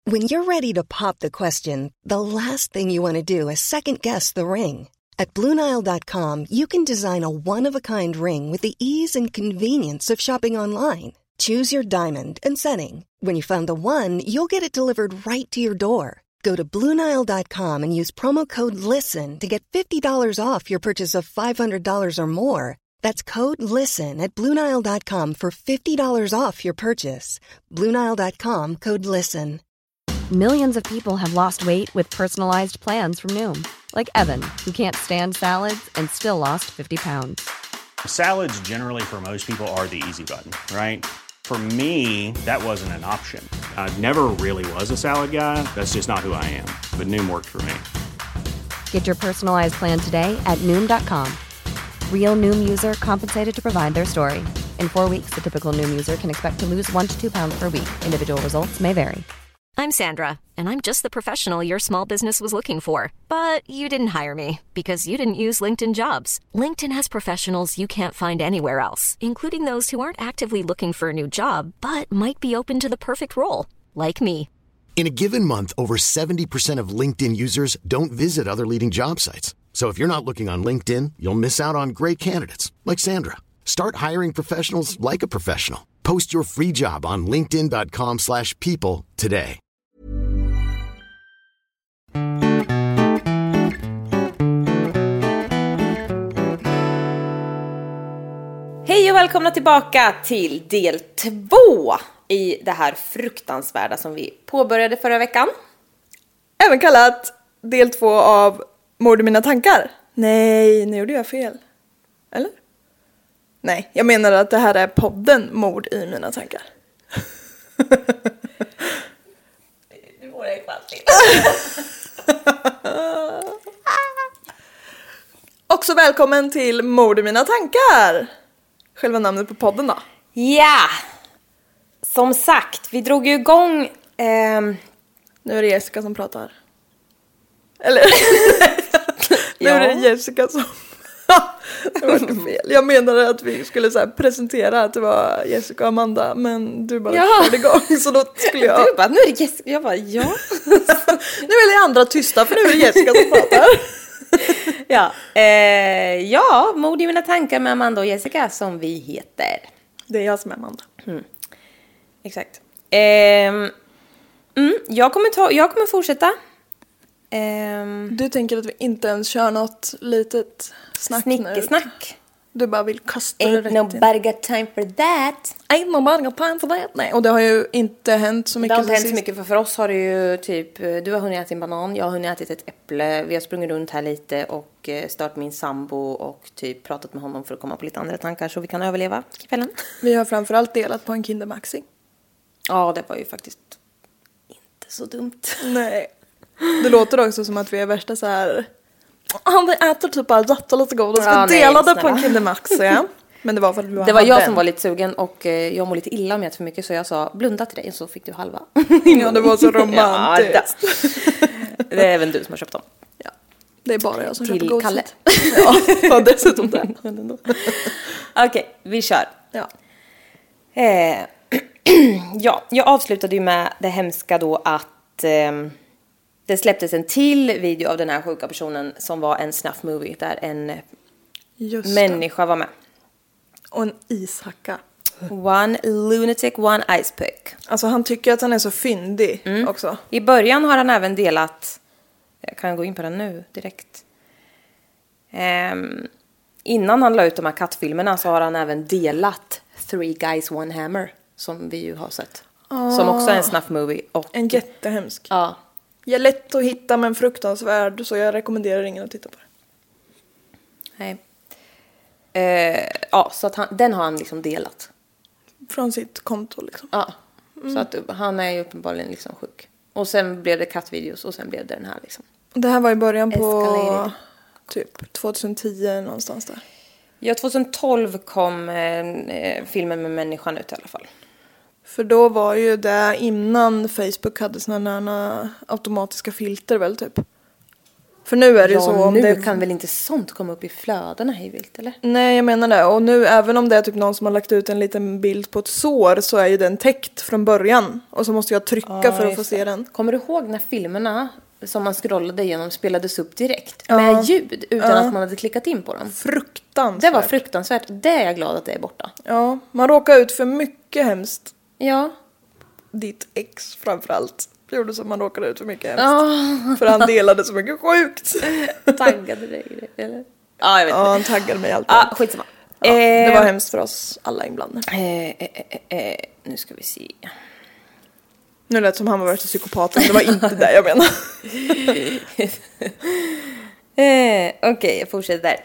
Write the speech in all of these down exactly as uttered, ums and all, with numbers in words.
When you're ready to pop the question, the last thing you want to do is second-guess the ring. At Blue Nile dot com, you can design a one-of-a-kind ring with the ease and convenience of shopping online. Choose your diamond and setting. When you find the one, you'll get it delivered right to your door. Go to Blue Nile dot com and use promo code LISTEN to get fifty dollars off your purchase of five hundred dollars or more. That's code LISTEN at Blue Nile dot com for fifty dollars off your purchase. Blue Nile dot com, code LISTEN. Millions of people have lost weight with personalized plans from Noom. Like Evan, who can't stand salads and still lost fifty pounds. Salads generally for most people are the easy button, right? For me, that wasn't an option. I never really was a salad guy. That's just not who I am. But Noom worked for me. Get your personalized plan today at Noom dot com. Real Noom user compensated to provide their story. In four weeks, the typical Noom user can expect to lose one to two pounds per week. Individual results may vary. I'm Sandra, and I'm just the professional your small business was looking for. But you didn't hire me because you didn't use LinkedIn Jobs. LinkedIn has professionals you can't find anywhere else, including those who aren't actively looking for a new job, but might be open to the perfect role, like me. In a given month, over seventy percent of LinkedIn users don't visit other leading job sites. So if you're not looking on LinkedIn, you'll miss out on great candidates, like Sandra. Start hiring professionals like a professional. Post your free job on linkedin dot com slash people today. Hej och välkomna tillbaka till del två i det här fruktansvärda som vi påbörjade förra veckan. Även kallat del två av Mord i mina tankar. Nej, nu gjorde jag fel. Eller? Nej, jag menar att det här är podden Mord i mina tankar. Du vore ju kvalligt. Också välkommen till Mord i mina tankar. Själva namnet på podden då. Ja, som sagt, vi drog ju igång... Ehm... Nu är det Jessica som pratar. Eller? Nu är det Jessica som... Det var fel. Jag menade att vi skulle så här presentera att det var Jessica och Amanda, men du bara ja. körde igång, så då skulle jag... Du bara, nu är det Jessica. Jag bara, ja. Nu är det andra tysta, för nu är det Jessica som pratar. Ja, eh, ja, Mord i mina tankar med Amanda och Jessica som vi heter. Det är jag som är Amanda. Mm. Exakt. Eh, mm, jag, kommer ta, jag kommer fortsätta. Eh, du tänker att vi inte ens kör något litet snack nu? Snickesnack. Du bara vill kasta det rätt in. Ain't nobody got time for that. Ain't nobody got time for that. Nej, och det har ju inte hänt så mycket. Det har inte hänt så mycket, för för oss har det ju typ... Du har hunnit äta en banan, jag har hunnit äta ett äpple. Vi har sprungit runt här lite och startat min sambo och typ pratat med honom för att komma på lite andra tankar så vi kan överleva kvällen. Vi har framförallt delat på en Kinder Maxi. Ja, det var ju faktiskt inte så dumt. Nej. Det låter också som att vi är värsta så här... Han vi äter typ bara jätte lite god och ska ja, dela det på en Kinder Maxi. Ja. Men det var för att du Det var jag den. som var lite sugen och eh, jag mår lite illa om jag äter för mycket, så jag sa blunda till dig så fick du halva. Ja, det var så romantiskt. Ja, det är även du som har köpt dem. Ja. Det är bara jag som till köper godset. Kalle. Ja, ja, dessutom det. Okej, okay, vi kör. Ja. Eh, ja, jag avslutade ju med det hemska då att eh, det släpptes en till video av den här sjuka personen som var en snuff movie där en Just människa det. var med. Och en ishacka. One lunatic, one ice pick. Alltså han tycker att han är så fyndig mm. också. I början har han även delat... Jag kan gå in på den nu direkt. Um, innan han la ut de här kattfilmerna så har han även delat Three Guys, One Hammer. Som vi ju har sett. Ah. Som också är en snuff movie. Och, en jättehemsk. Ja. Jag är lätt att hitta men fruktansvärd. Så jag rekommenderar ingen att titta på det. Nej. Uh, ja, så att han, den har han liksom delat. Från sitt konto liksom. Ja, mm. Så att han är ju uppenbarligen liksom sjuk. Och sen blev det kattvideos och sen blev det den här liksom. Det här var i början på Escalated. Typ tjugohundratio någonstans där. Ja, tjugotolv kom eh, filmen med människan ut i alla fall. För då var ju det innan Facebook hade såna här automatiska filter väl typ. För nu är det ju ja, så om nu det... kan väl inte sånt komma upp i flödena hejvilt, eller? Nej, jag menar det. Och nu, även om det är typ någon som har lagt ut en liten bild på ett sår, så är ju den täckt från början. Och så måste jag trycka Ja, för att få just se det. den. Kommer du ihåg när filmerna som man scrollade igenom spelades upp direkt? Ja. Med ljud, utan Ja. att man hade klickat in på dem. Fruktansvärt. Det var fruktansvärt. Det är jag glad att det är borta. Ja, man råkar ut för mycket hemskt. Ja. Ditt ex framförallt. Det gjorde som man råkade ut för mycket hemskt. Ja. För han delade så mycket sjukt. Taggade dig, eller? Ja, jag vet Ja, inte. han taggade mig alltid. Ja, skitsamma. Ja, det var Eh, hemskt för oss alla inblandade. eh, eh, eh, eh, nu ska vi se. Nu lät som han var värsta psykopaten. Det var inte det jag menar. eh, Okej, okay, jag fortsätter där.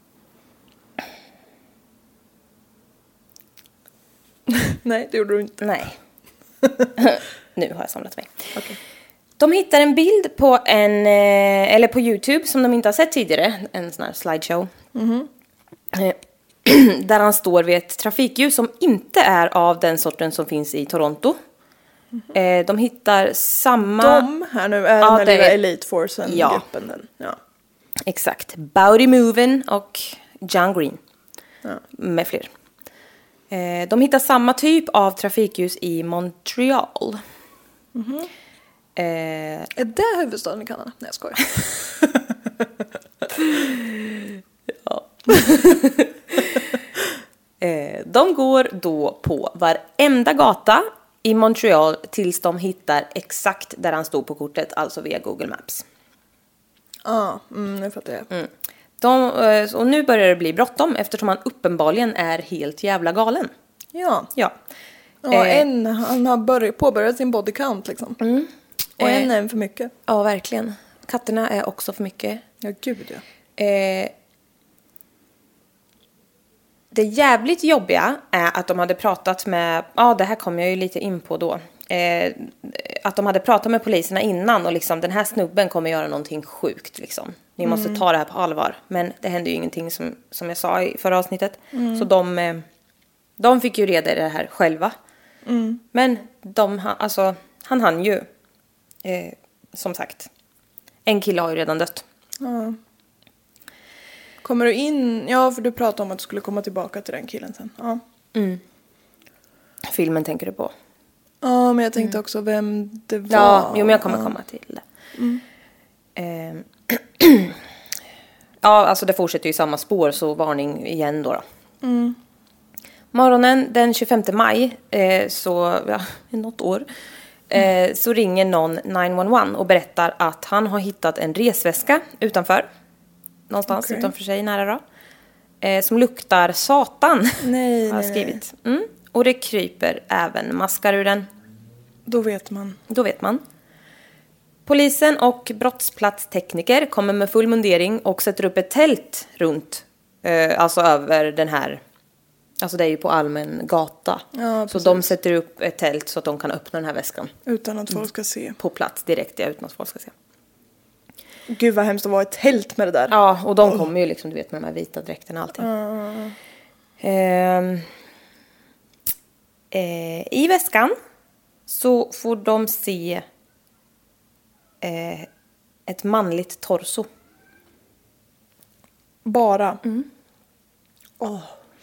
Nej, det gjorde du inte. Nej. Nu har jag samlat mig. Okay. De hittar en bild på en, eller på YouTube som de inte har sett tidigare. En sån här slideshow. Mm-hmm. Där han står vid ett trafikljus som inte är av den sorten som finns i Toronto. Mm-hmm. De hittar samma... De här nu är ja, den det lilla är... Elite Forcen ja. gruppen. Den. Ja. Exakt. Bowdy Movin och John Green. Ja. Med fler. De hittar samma typ av trafikljus i Montreal. Mm-hmm. Eh, är det huvudstaden i Kanada? Nej, jag skojar. ja. eh, de går då på varenda gata i Montreal tills de hittar exakt där han stod på kortet, alltså via Google Maps. Ja, ah, mm, nu fattar jag. Mm. De, och nu börjar det bli bråttom eftersom han uppenbarligen är helt jävla galen. Ja. Ja. Ja, eh, en, han har börjat, påbörjat sin body count liksom. Mm. Och eh, en är en för mycket. Ja, verkligen. Katterna är också för mycket. Ja, gud ja. Eh, det jävligt jobbiga är att de hade pratat med, ja det här kom jag ju lite in på då. Eh, att de hade pratat med poliserna innan och liksom den här snubben kommer göra någonting sjukt liksom. Ni måste mm. ta det här på allvar. Men det hände ju ingenting som, som jag sa i förra avsnittet. Mm. Så de, eh, de fick ju reda i det här själva. Mm. Men de, alltså, han hann ju, eh, som sagt, en kille har ju redan dött. Ja. Kommer du in, ja för du pratade om att du skulle komma tillbaka till den killen sen. Ja. Mm. Filmen tänker du på? Ja, men jag tänkte mm. också vem det var. Ja, jo, men jag kommer ja. komma till det. Mm. Eh, ja, alltså det fortsätter ju i samma spår, så varning igen då. då. Mm. Morgonen den tjugofemte maj, eh, så ja, i något år, eh, så ringer någon nio ett ett och berättar att han har hittat en resväska utanför. Någonstans okay. utanför sig nära då. Eh, som luktar satan. Nej, har jag skrivit. Mm. Och det kryper även maskar ur den. Då vet man. Då vet man. Polisen och brottsplatstekniker kommer med full mundering och sätter upp ett tält runt. Eh, alltså över den här. Alltså det är ju på allmän gata. Ja, så de sätter upp ett tält så att de kan öppna den här väskan. Utan att folk ska se. På plats direkt, ja, utan att folk ska se. Gud vad hemskt att vara ett tält med det där. Ja, och de kommer ju liksom, du vet, med de här vita dräkterna och allting. Uh. Eh, eh, I väskan så får de se eh, ett manligt torso. Bara? Mm. Oh.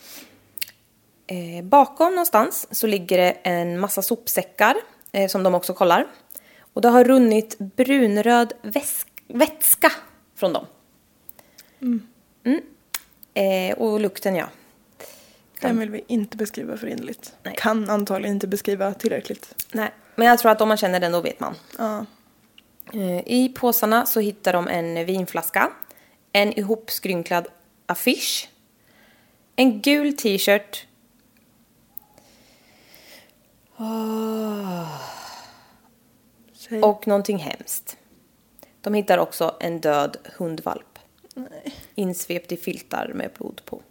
Eh, bakom någonstans så ligger det en massa sopsäckar eh, som de också kollar. Och det har runnit brunröd väsk- vätska från dem. Mm. Mm. Eh, och lukten, ja. Kan... Den vill vi inte beskriva för innerligt. Nej. Kan antagligen inte beskriva tillräckligt. Nej, men jag tror att om man känner den då vet man. Ja. Eh, I påsarna så hittar de en vinflaska. En ihopskrynklad affisch. En gul t-shirt. Oh. Och någonting hemskt. De hittar också en död hundvalp. Nej. Insvept i filtar med blod på.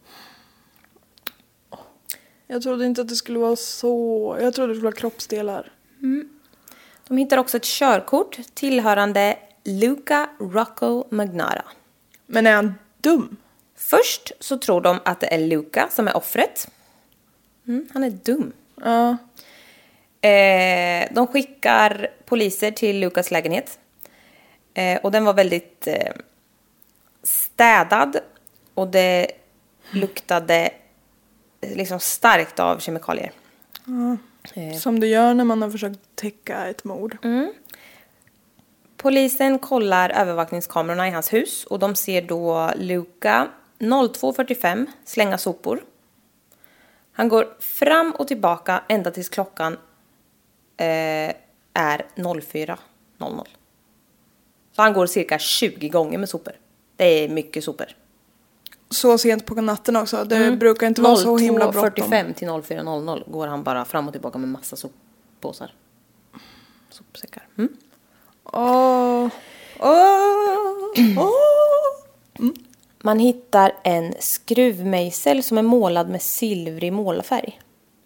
Jag trodde inte att det skulle vara så. Jag trodde det skulle vara kroppsdelar. Mm. De hittar också ett körkort tillhörande Luca Rocco Magnara. Men är han dum? Först så tror de att det är Luca som är offret. Mm, han är dum. Ja. Eh, de skickar poliser till Lucas lägenhet. Eh, och den var väldigt eh, städad. Och det luktade liksom starkt av kemikalier. Ja. Som det gör när man har försökt täcka ett mord. Mm. Polisen kollar övervakningskamerorna i hans hus. Och de ser då Luca två fyrtiofem slänga sopor. Han går fram och tillbaka ända tills klockan eh, är fyra noll noll. Så han går cirka tjugo gånger med sopor. Det är mycket sopor. Så sent på natten också. Det mm. brukar inte vara så himla bråttom. två fyrtiofem till fyra noll noll går han bara fram och tillbaka med massa soppåsar. Sopsäckar. Mm. Åh. Åh. Åh. Mm. Man hittar en skruvmejsel som är målad med silvrig målarfärg.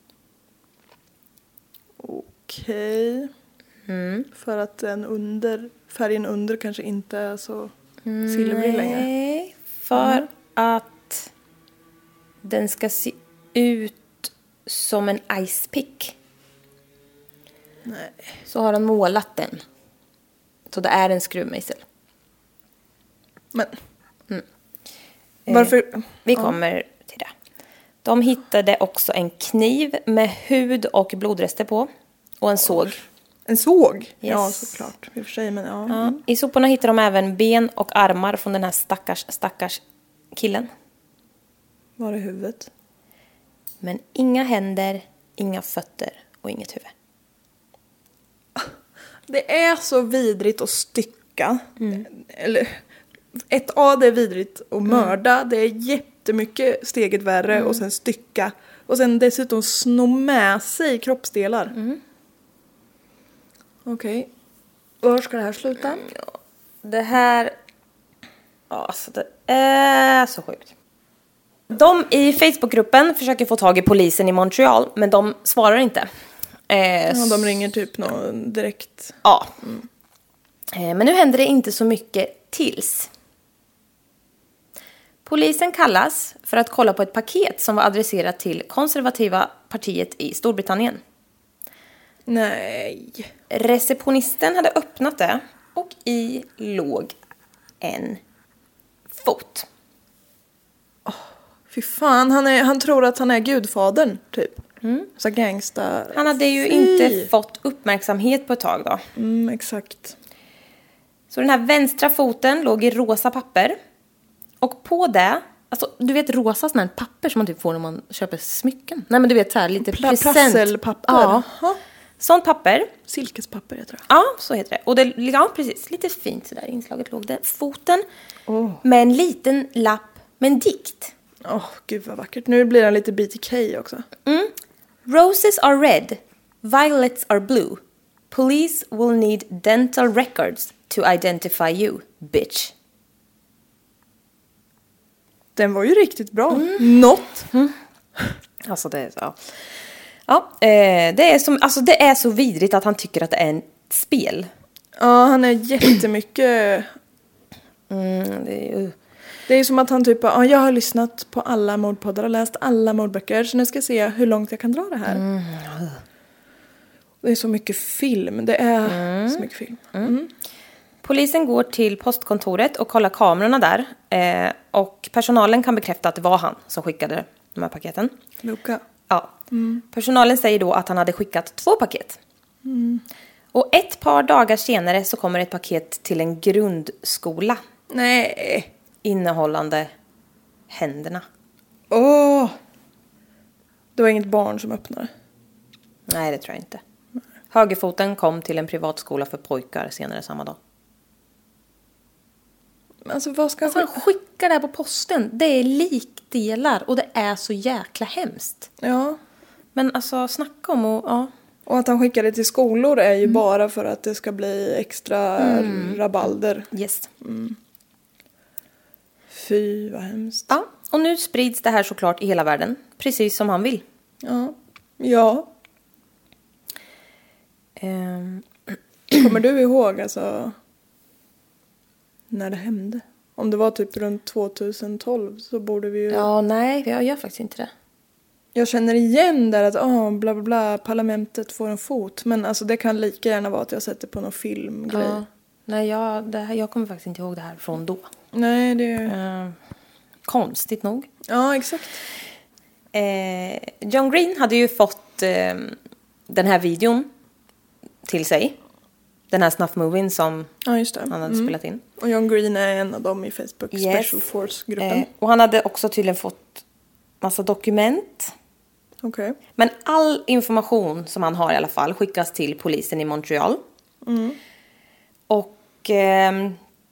Okej. Mm. För att den under, färgen under kanske inte är så silvrig längre. Nej, för mm. att den ska se ut som en ice pick. Nej. Så har han målat den. Så det är en skruvmejsel. Men... Mm. Varför? Eh, vi kommer ja. till det. De hittade också en kniv med hud och blodrester på. Och en såg. En såg? Yes. Ja, såklart. I och för sig, men ja. ja. I soporna hittade de även ben och armar från den här stackars, stackars killen. Var är huvudet? Men inga händer, inga fötter och inget huvud. Det är så vidrigt att stycka. Mm. Eller... Ett A, det är vidrigt att mörda. Mm. Det är jättemycket steget värre. Mm. Och sen stycka. Och sen dessutom sno med sig kroppsdelar. Mm. Okej. Okay. Var ska det här sluta? Ja, det här... Alltså det är så sjukt. De i Facebookgruppen försöker få tag i polisen i Montreal. Men de svarar inte. Eh, ja, de ringer typ någon direkt. Ja. Mm. Eh, men nu händer det inte så mycket tills... Polisen kallas för att kolla på ett paket som var adresserat till konservativa partiet i Storbritannien. Nej. Receptionisten hade öppnat det och i låg en fot. Oh, fy fan, han, är, han tror att han är gudfadern, typ. Mm. Så gangsta. Han hade ju fy. inte fått uppmärksamhet på ett tag då. Mm, exakt. Så den här vänstra foten låg i rosa papper. Och på det, alltså du vet rosa sån här papper som man typ får när man köper smycken. Nej men du vet så här lite Pla- present. Prasselpapper. Ja. Aha. Sånt papper. Silkespapper heter det. Ja, så heter det. Och det, ja precis, lite fint så där inslaget låg det. Foten oh. med en liten lapp med en dikt. Åh, oh, gud vad vackert. Nu blir den lite B T K också. Mm. Roses are red, violets are blue. Police will need dental records to identify you, bitch. Den var ju riktigt bra. Mm. Något. Mm. Alltså det är så. Ja, ja eh, det är som alltså det är så vidrigt att han tycker att det är en spel. Ja, han är jättemycket. Mm, det är ju Det är som att han typ, ja, jag har lyssnat på alla mordpoddar och läst alla mordböcker, så nu ska jag se hur långt jag kan dra det här. Mm. Det är så mycket film. Det är mm. så mycket film. Mm. Mm. Polisen går till postkontoret och kollar kamerorna där. Eh, och personalen kan bekräfta att det var han som skickade de här paketen. Luca. Ja. Mm. Personalen säger då att han hade skickat två paket. Mm. Och ett par dagar senare så kommer ett paket till en grundskola. Nej. Innehållande händerna. Åh. Det var inget barn som öppnade. Nej, det tror jag inte. Högerfoten kom till en privatskola för pojkar senare samma dag. Alltså vad ska alltså, han skicka det här på posten? Det är likdelar och det är så jäkla hemskt. Ja. Men alltså snacka om och ja. Och att han skickar det till skolor är ju mm. bara för att det ska bli extra mm. rabalder. Yes. Mm. Fy, vad hemskt. Ja, och nu sprids det här såklart i hela världen. Precis som han vill. Ja. Ja. Um. Kommer du ihåg alltså när det hände? Om det var typ runt tjugohundratolv så borde vi ju... Ja, nej, jag gör faktiskt inte det. Jag känner igen där att oh, bla bla bla, parlamentet får en fot. Men alltså det kan lika gärna vara att jag sätter på någon filmgrej. Ja. Nej, jag, det här, jag kommer faktiskt inte ihåg det här från då. Nej, det... Uh, konstigt nog. Ja, exakt. Eh, John Green hade ju fått eh, den här videon till sig. Den här snuff-movien som ja, just det. han hade mm. spelat in. Och John Green är en av dem i Facebook yes. Special Force-gruppen. Eh, och han hade också tydligen fått massa dokument. Okej. Okay. Men all information som han har i alla fall skickas till polisen i Montreal. Mm. Och... Eh,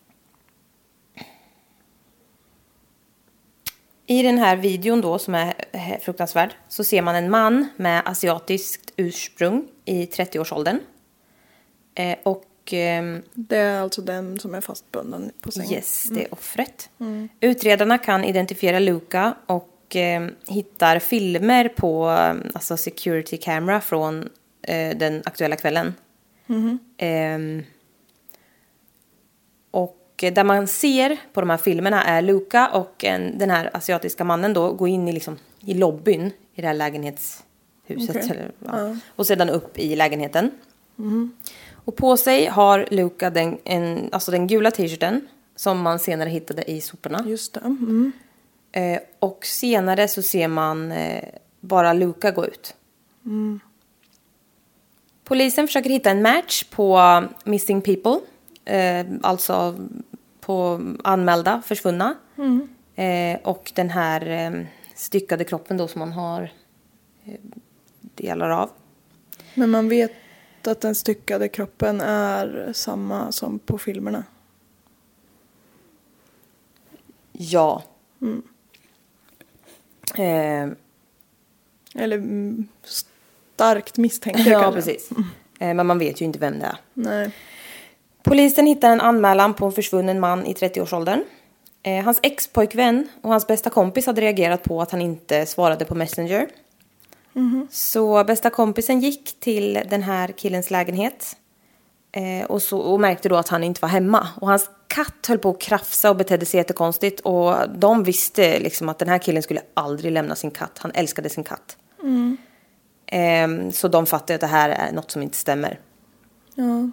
i den här videon då, som är fruktansvärd, så ser man en man med asiatiskt ursprung i trettioårsåldern. Eh, och... Eh, det är alltså den som är fastbunden på sängen. Yes, det är mm. offret. Mm. Utredarna kan identifiera Luca och eh, hittar filmer på alltså security camera från eh, den aktuella kvällen. Mm. Eh, och där man ser på de här filmerna är Luca och en, den här asiatiska mannen då går in i, liksom, i lobbyn i det här lägenhetshuset. Okay. Eller, ja, ja. Och sedan upp i lägenheten. Mm. Och på sig har Luca den, en, alltså den gula t-shirten som man senare hittade i soporna. Just det. Mm. Eh, och senare så ser man eh, bara Luca gå ut. Mm. Polisen försöker hitta en match på missing people. Eh, alltså på anmälda, försvunna. Mm. Eh, och den här eh, styckade kroppen då som man har eh, delar av. Men man vet att den styckade kroppen är samma som på filmerna. Ja. Mm. Eh, Eller mm, starkt misstänker ja, kanske. precis. Eh, men man vet ju inte vem det är. Nej. Polisen hittar en anmälan på en försvunnen man i trettioårsåldern. Eh, hans ex-pojkvän och hans bästa kompis hade reagerat på att han inte svarade på Messenger. Mm-hmm. Så bästa kompisen gick till den här killens lägenhet. Eh, och, så, och märkte då att han inte var hemma. Och hans katt höll på att krafsa och betedde sig jättekonstigt. Och de visste liksom att den här killen skulle aldrig lämna sin katt. Han älskade sin katt. Mm. Eh, så de fattade att det här är något som inte stämmer. Ja.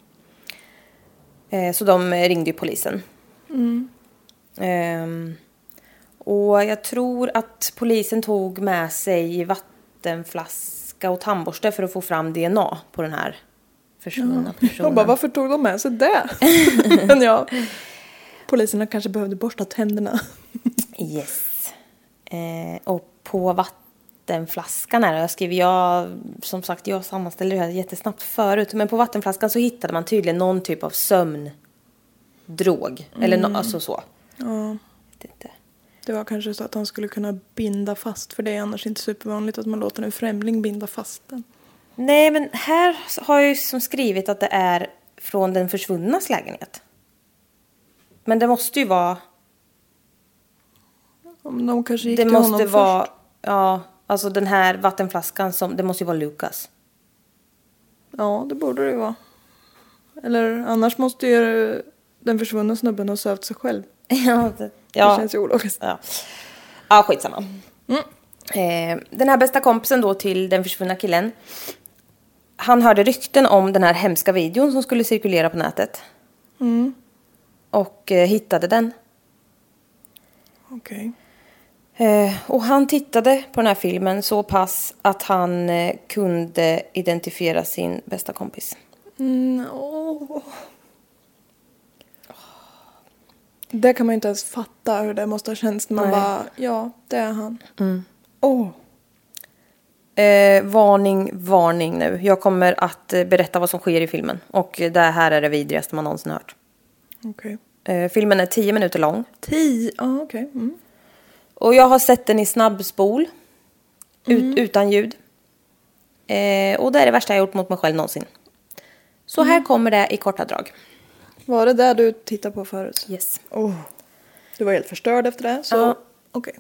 Eh, så de ringde ju polisen. Mm. Eh, och jag tror att polisen tog med sig vattenflaska och tandborste för att få fram D N A på den här försvunna Ja. personen. Jag bara, varför tog de med sig det? Men ja, poliserna kanske behövde borsta tänderna. Yes. Eh, och på vattenflaskan här, jag skriver jag, som sagt, jag sammanställde det här jättesnabbt förut. Men på vattenflaskan så hittade man tydligen någon typ av sömndrog. Mm. Eller no, alltså så. Ja. Jag vet inte. Det var kanske så att han skulle kunna binda fast. För det är annars inte supervanligt att man låter en främling binda fast den. Nej, men här har jag ju som skrivit att det är från den försvunnas lägenhet. Men det måste ju vara... Om de kanske gick det till måste honom vara, först. Ja, alltså den här vattenflaskan, som, det måste ju vara Lucas. Ja, det borde det vara. Eller annars måste ju den försvunna snubben ha sövt sig själv. Ja, det, Det ja. känns ju ologiskt. Ja, ja skitsamma. Mm. Eh, den här bästa kompisen då till den försvunna killen. Han hörde rykten om den här hemska videon som skulle cirkulera på nätet. Mm. Och eh, hittade den. Okej. Eh, och han tittade på den här filmen så pass att han eh, kunde identifiera sin bästa kompis. Mm, åh. Det kan man ju inte ens fatta hur det måste ha känts när man Nej. bara, ja, det är han. Mm. Åh. Eh, varning, varning nu. Jag kommer att eh, berätta vad som sker i filmen. Och det här är det vidrigaste man någonsin hört. Okej. Eh, filmen är tio minuter lång. Tio? Ja, okej. Mm. Och jag har sett den i snabbspol. Ut, Mm. Utan ljud. Eh, och det är det värsta jag gjort mot mig själv någonsin. Så här kommer det i korta drag. Var det där du tittade på förut? Yes. Oh. Du var helt förstörd efter det, så Ja. okej.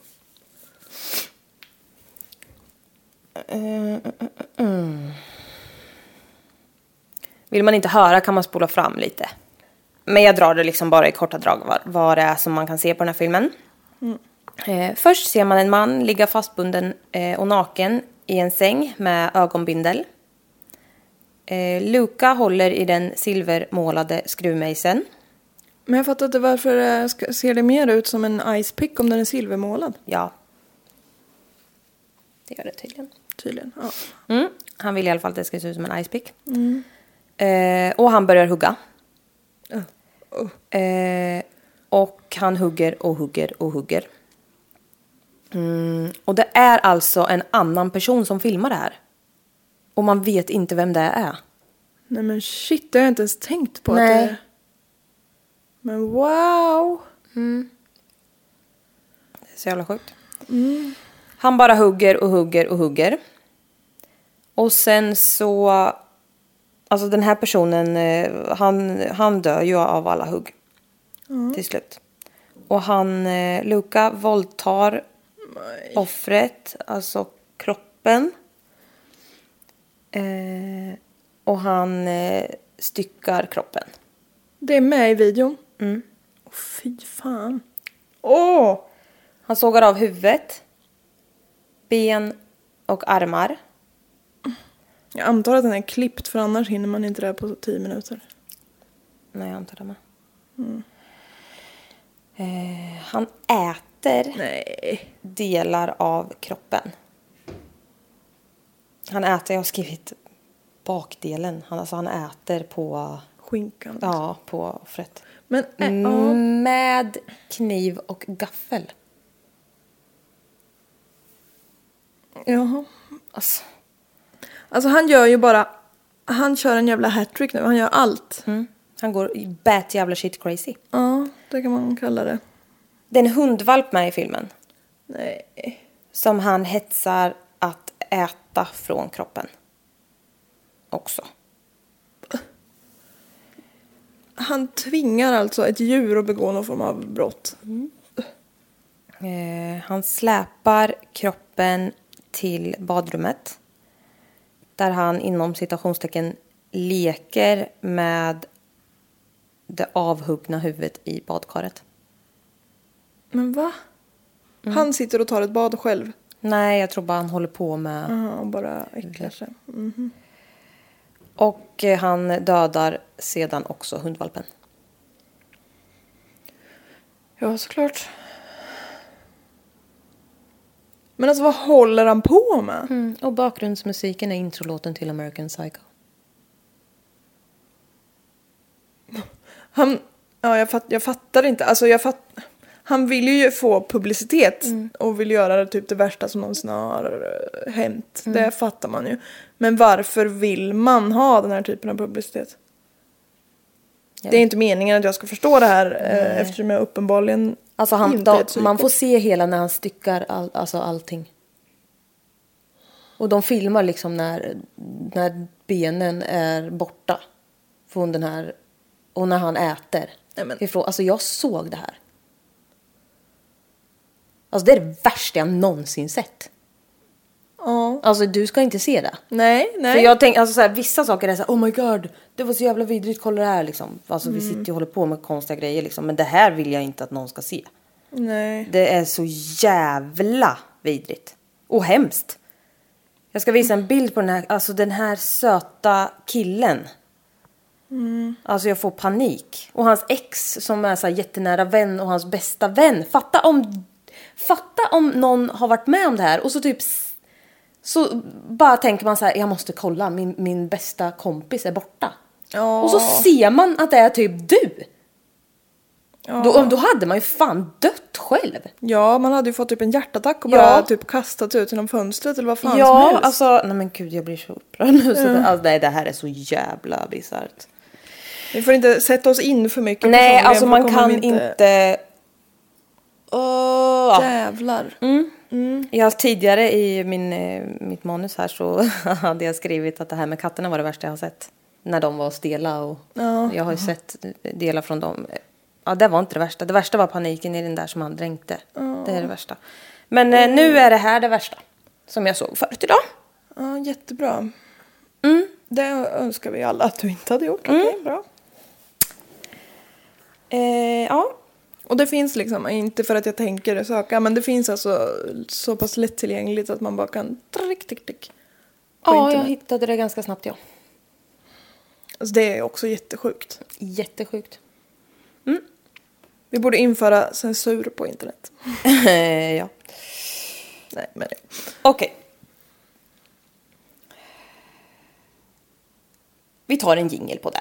Mm, mm, mm. Vill man inte höra kan man spola fram lite. Men jag drar det liksom bara i korta drag vad, vad det är som man kan se på den här filmen. Mm. Eh, först ser man en man ligga fastbunden eh, och naken i en säng med ögonbindel. Eh, Luca håller i den silvermålade skruvmejseln. Men jag fattar inte varför eh, ska, ser det mer ut som en ice pick om den är silvermålad? Ja. Det gör det tydligen. Tydligen, ja. Mm. Han vill i alla fall att det ska se ut som en ice pick. Mm. Eh, och han börjar hugga. Uh. Uh. Eh, och han hugger och hugger och hugger. Mm. Och det är alltså en annan person som filmar det här. Och man vet inte vem det är. Nej men shit, det har jag inte ens tänkt på. Nej. Att det... Men wow. Mm. Det är så jävla sjukt. Mm. Han bara hugger och hugger och hugger. Och sen så... Alltså den här personen, han, han dör ju av alla hugg. Mm. Till slut. Och han, Luca, våldtar Nej. offret, alltså kroppen. Eh, och han eh, styckar kroppen. Det är med i videon? Mm. Oh, fy fan. Åh! Oh! Han sågar av huvudet, ben och armar. Jag antar att den är klippt, för annars hinner man inte det på tio minuter. Nej, jag antar det med. Mm. Eh, han äter Nej. delar av kroppen. Han äter, jag har skrivit bakdelen. Han, alltså han äter på... Skinkan. Ja, på offret. Men, äh, mm, med kniv och gaffel. Jaha. Alltså. Alltså han gör ju bara... Han kör en jävla hattrick nu. Han gör allt. Mm. Han går bat jävla shit crazy. Ja, det kan man kalla det. Det är en hundvalp med i filmen. Nej. Som han hetsar att äta från kroppen. Också. Han tvingar alltså ett djur att begå någon form av brott. Mm. Eh, han släpar kroppen till badrummet. Där han inom citationstecken leker med det avhuggna huvudet i badkaret. Men va? Mm. Han sitter och tar ett bad själv? Nej, jag tror bara han håller på med... Aha, och bara äcklar sig. Mm-hmm. Och eh, han dödar sedan också hundvalpen. Ja, såklart. Men alltså, vad håller han på med? Mm. Och bakgrundsmusiken är introlåten till American Psycho. Han... Ja, jag, fatt, jag fattar inte. Alltså, jag fatt, han vill ju få publicitet. Mm. Och vill göra det, typ det värsta som någonsin har hänt. Mm. Det fattar man ju. Men varför vill man ha den här typen av publicitet? Ja. Det är inte meningen att jag ska förstå det här. Nej. Eftersom jag uppenbarligen alltså han, inte då, man får se hela när han styckar all, alltså allting. Och de filmar liksom när, när benen är borta från den här. Och när han äter. Nej, men... ifrån, alltså jag såg det här. Alltså det är det värsta jag någonsin sett. Ja. Alltså du ska inte se det. Nej, nej. För jag tänker, alltså så här, vissa saker är så här, oh my god, det var så jävla vidrigt, kolla det här liksom. Alltså mm. vi sitter ju och håller på med konstiga grejer liksom. Men det här vill jag inte att någon ska se. Nej. Det är så jävla vidrigt. Och hemskt. Jag ska visa en bild på den här, alltså den här söta killen. Mm. Alltså jag får panik. Och hans ex som är så här jättenära vän och hans bästa vän. Fatta om, fatta om någon har varit med om det här och så typ... Så bara tänker man så här, jag måste kolla, min, min bästa kompis är borta. Ja. Och så ser man att det är typ du. Ja. Då, då hade man ju fan dött själv. Ja, man hade ju fått typ en hjärtattack och bara ja. typ kastat ut genom fönstret eller vad fan ja, som helst. Ja, alltså, nej men gud, jag blir så upprörd nu. Så det, alltså, nej, det här är så jävla bizarrt. Vi får inte sätta oss in för mycket. Nej, alltså man kan inte... inte... Oh. Jävlar. Mm. Mm. Jag tidigare i min, mitt manus här så hade jag skrivit att det här med katterna var det värsta jag har sett. När de var stela och ja. jag har ju sett delar från dem. Ja, det var inte det värsta. Det värsta var paniken i den där som han dränkte. Ja. Det är det värsta. Men mm. nu är det här det värsta som jag såg förut idag. Ja, jättebra. Mm. Det önskar vi alla att du inte hade gjort. Mm. Okej, okay, bra. Eh, ja. Och det finns liksom, inte för att jag tänker söka, men det finns alltså så pass lättillgängligt att man bara kan trick, trick, trick. Ja, jag hittade det ganska snabbt, ja. Alltså det är också jättesjukt. Jättesjukt. Mm. Vi borde införa censur på internet. Ja. Nej, men det. Okej. Okay. Vi tar en jingle på det.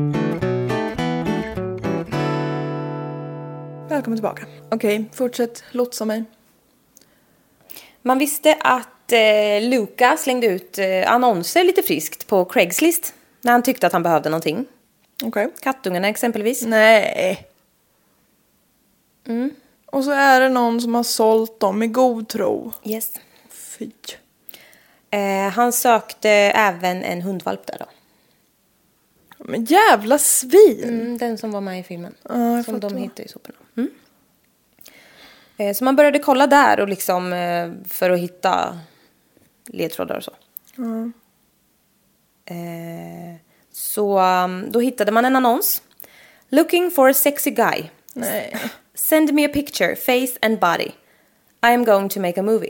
Välkommen tillbaka. Okej, okay, fortsätt lotsa mig. Man visste att eh, Luca slängde ut eh, annonser lite friskt på Craigslist när han tyckte att han behövde någonting. Okej. Okay. Kattungarna exempelvis. Nej. Mm. Och så är det någon som har sålt dem i god tro. Yes. Fy. Eh, han sökte även en hundvalp där då. Men jävla svin. Mm, den som var med i filmen. Ja, som de hittade i soporna. Mm. Eh, så man började kolla där och liksom eh, för att hitta ledtrådar och så. Mm. Eh, så um, då hittade man en annons. Looking for a sexy guy. Nej. Send me a picture, face and body. I am going to make a movie.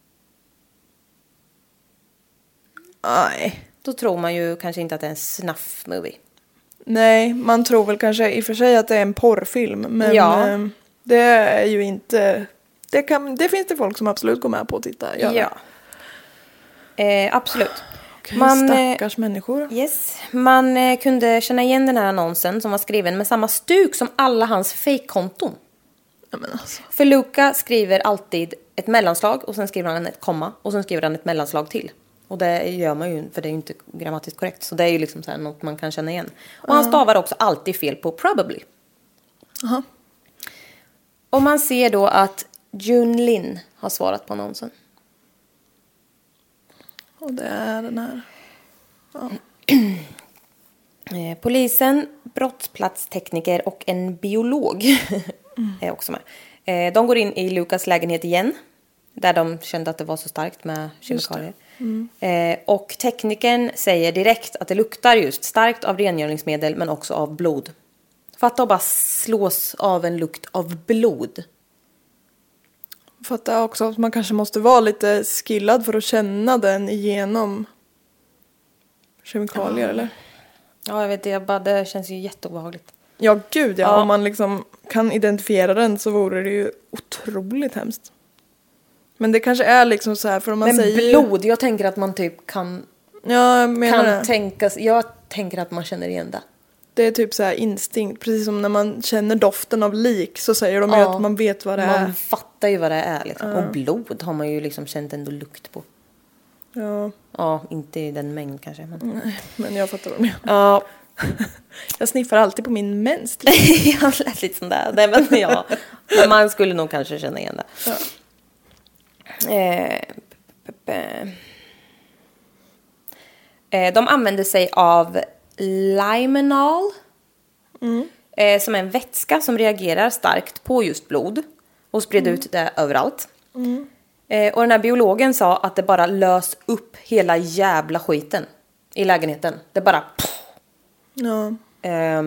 Nej. Då tror man ju kanske inte att det är en snuff-movie. Nej, man tror väl kanske i och för sig att det är en porrfilm. Men ja. eh, det är ju inte... Det, kan, det finns det folk som absolut går med på att titta. Göra. Ja. Eh, absolut. Okay, man, stackars eh, människor. Yes. Man eh, kunde känna igen den här annonsen som var skriven med samma stuk som alla hans fake-konton. Ja, men alltså. För Luca skriver alltid ett mellanslag och sen skriver han ett komma och sen skriver han ett mellanslag till. Och det gör man ju, för det är ju inte grammatiskt korrekt. Så det är ju liksom så här något man kan känna igen. Och uh. han stavar också alltid fel på probably. Uh-huh. Och man ser då att Jun Lin har svarat på annonsen. Och det är den här. Ja. Polisen, brottsplatstekniker och en biolog mm. är också med. De går in i Lucas lägenhet igen. Där de kände att det var så starkt med kemikalier. Mm. Eh, och teknikern säger direkt att det luktar just starkt av rengöringsmedel men också av blod. Fatta att bara slås av en lukt av blod. Fatta också att man kanske måste vara lite skillad för att känna den igenom kemikalier, ja. Eller? Ja, jag vet det. Bara, det känns ju jätteobehagligt. Ja, gud ja. ja. Om man liksom kan identifiera den så vore det ju otroligt hemskt. Men det kanske är liksom så här för om man men säger... blod, jag tänker att man typ kan... Ja, jag menar kan det. tänkas, jag tänker att man känner igen det. Det är typ så här instinkt. Precis som när man känner doften av lik så säger de ja, ju att man vet vad det man är. Man fattar ju vad det är. Liksom. Ja. Och blod har man ju liksom känt ändå lukt på. Ja. Ja, inte i den mängd kanske. Men, Nej, men jag fattar vad du menar. Ja. Jag sniffar alltid på min mens. Jag lät lite sån där. Nej, men, ja. Men man skulle nog kanske känna igen det. Ja. Eh, eh, de använder sig av limonal mm. eh, som är en vätska som reagerar starkt på just blod och spred mm. ut det överallt. Mm. Eh, och den här biologen sa att det bara lös upp hela jävla skiten i lägenheten. Det bara... Ja. Eh,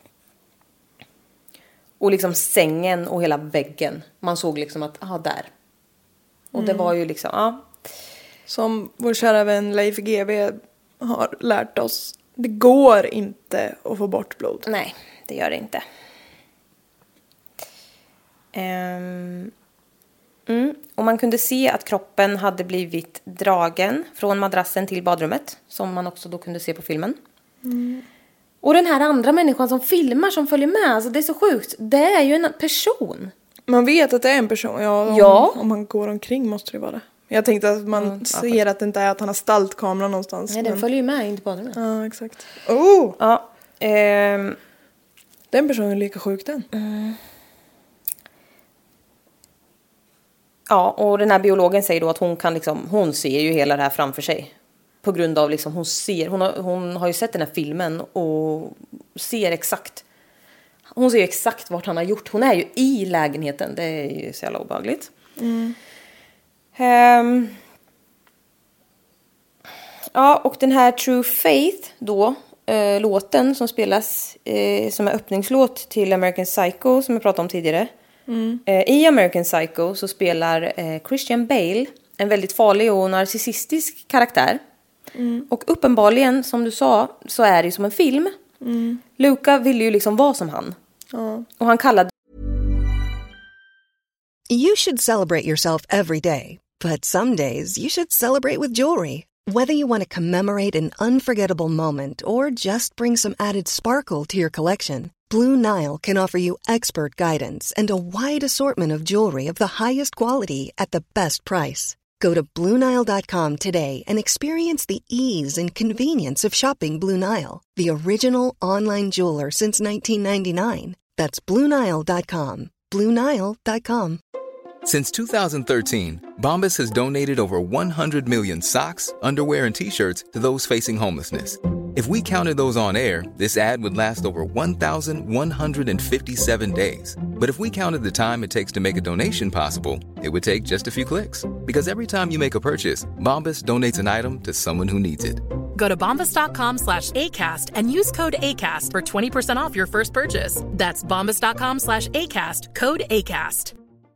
och liksom sängen och hela väggen. Man såg liksom att, aha, där. Och mm. det var ju liksom, ja. Som vår kära vän Leif G W har lärt oss. Det går inte att få bort blod. Nej, det gör det inte. Um, mm. Och man kunde se att kroppen hade blivit dragen från madrassen till badrummet. Som man också då kunde se på filmen. Mm. Och den här andra människan som filmar, som följer med. Alltså det är så sjukt. Det är ju en person. Man vet att det är en person. Ja, om, ja. om man går omkring måste det vara det. Jag tänkte att man mm, ser ja, att det inte är att han har staltkamera någonstans. Nej, den men... följer ju med in till badrummet. Ja, exakt. Oh! Ja. Um... Den personen är lika sjuk den. Mm. Ja, och den här biologen säger då att hon kan liksom, hon ser ju hela det här framför sig. På grund av liksom, hon ser, hon har, hon har ju sett den här filmen och ser exakt, hon ser ju exakt vart han har gjort. Hon är ju i lägenheten, det är ju så jävla obehagligt. Mm. Um, ja, och den här True Faith då, eh, låten som spelas, eh, som är öppningslåt till American Psycho som jag pratade om tidigare. Mm. Eh, I American Psycho så spelar eh, Christian Bale en väldigt farlig och narcissistisk karaktär Mm. Och uppenbarligen, som du sa, så är det ju som en film. Mm. Luca ville ju liksom vara som han. Ja. Och han kallade... You should celebrate yourself every day. But some days you should celebrate with jewelry. Whether you want to commemorate an unforgettable moment or just bring some added sparkle to your collection, Blue Nile can offer you expert guidance and a wide assortment of jewelry of the highest quality at the best price. Go to Blue Nile dot com today and experience the ease and convenience of shopping Blue Nile, the original online jeweler since nineteen ninety-nine. That's Blue Nile dot com. Blue Nile dot com. Since two thousand thirteen, Bombas has donated over one hundred million socks, underwear, and T-shirts to those facing homelessness. If we counted those on air, this ad would last over one thousand one hundred fifty-seven days. But if we counted the time it takes to make a donation possible, it would take just a few clicks. Because every time you make a purchase, Bombas donates an item to someone who needs it. Go to bombas dot com slash ACAST and use code ACAST for twenty percent off your first purchase. That's bombas dot com slash ACAST, code ACAST.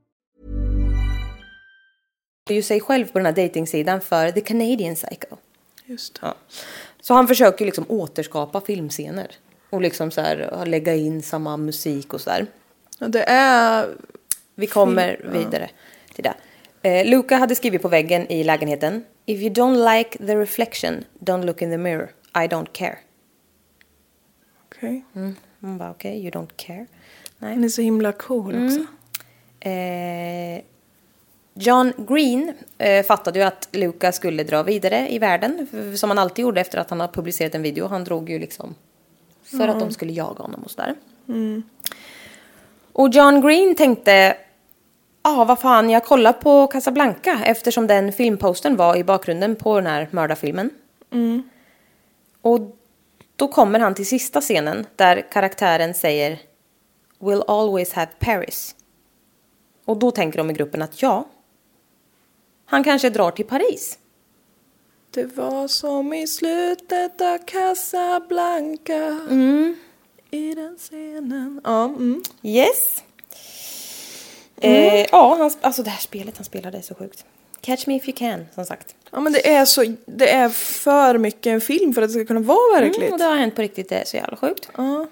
ju sig själv på den här datingsidan för The Canadian Psycho. Just ja. Så han försöker liksom återskapa filmscener och liksom så här lägga in samma musik och så där. Ja, det är vi kommer film, vidare ja. till det. Eh, Luca hade skrivit på väggen i lägenheten: If you don't like the reflection, don't look in the mirror. I don't care. Okej. Okay. Mm. Man bara okej, okay, you don't care. Nej. Han är så himla cool mm. också. Eh, John Green eh, fattade ju att Luca skulle dra vidare i världen, som han alltid gjorde efter att han har publicerat en video. Han drog ju liksom för mm. att de skulle jaga honom och sådär. Mm. Och John Green tänkte, ja ah, vad fan, jag kollar på Casablanca eftersom den filmposten var i bakgrunden på den här mördarfilmen. Mm. Och då kommer han till sista scenen där karaktären säger "We'll always have Paris". Och då tänker de i gruppen att ja, han kanske drar till Paris. Det var som i slutet av Casablanca. Mm. I den scenen. Ja, mm. Yes. Mm. Eh, ja, han, alltså det här spelet han spelade är så sjukt. Catch me if you can, som sagt. Ja, men det är så, det är för mycket en film för att det ska kunna vara verkligt. Mm, och det har hänt på riktigt, det är så jävla sjukt. Ja.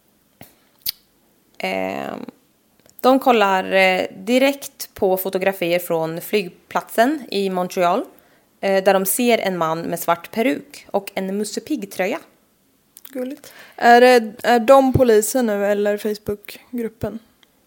Eh, de kollar eh, direkt på fotografier från flygplatsen i Montreal. Eh, där de ser en man med svart peruk och en Musse Pigg-tröja. Gulligt. Är, det, är de polisen nu eller Facebookgruppen?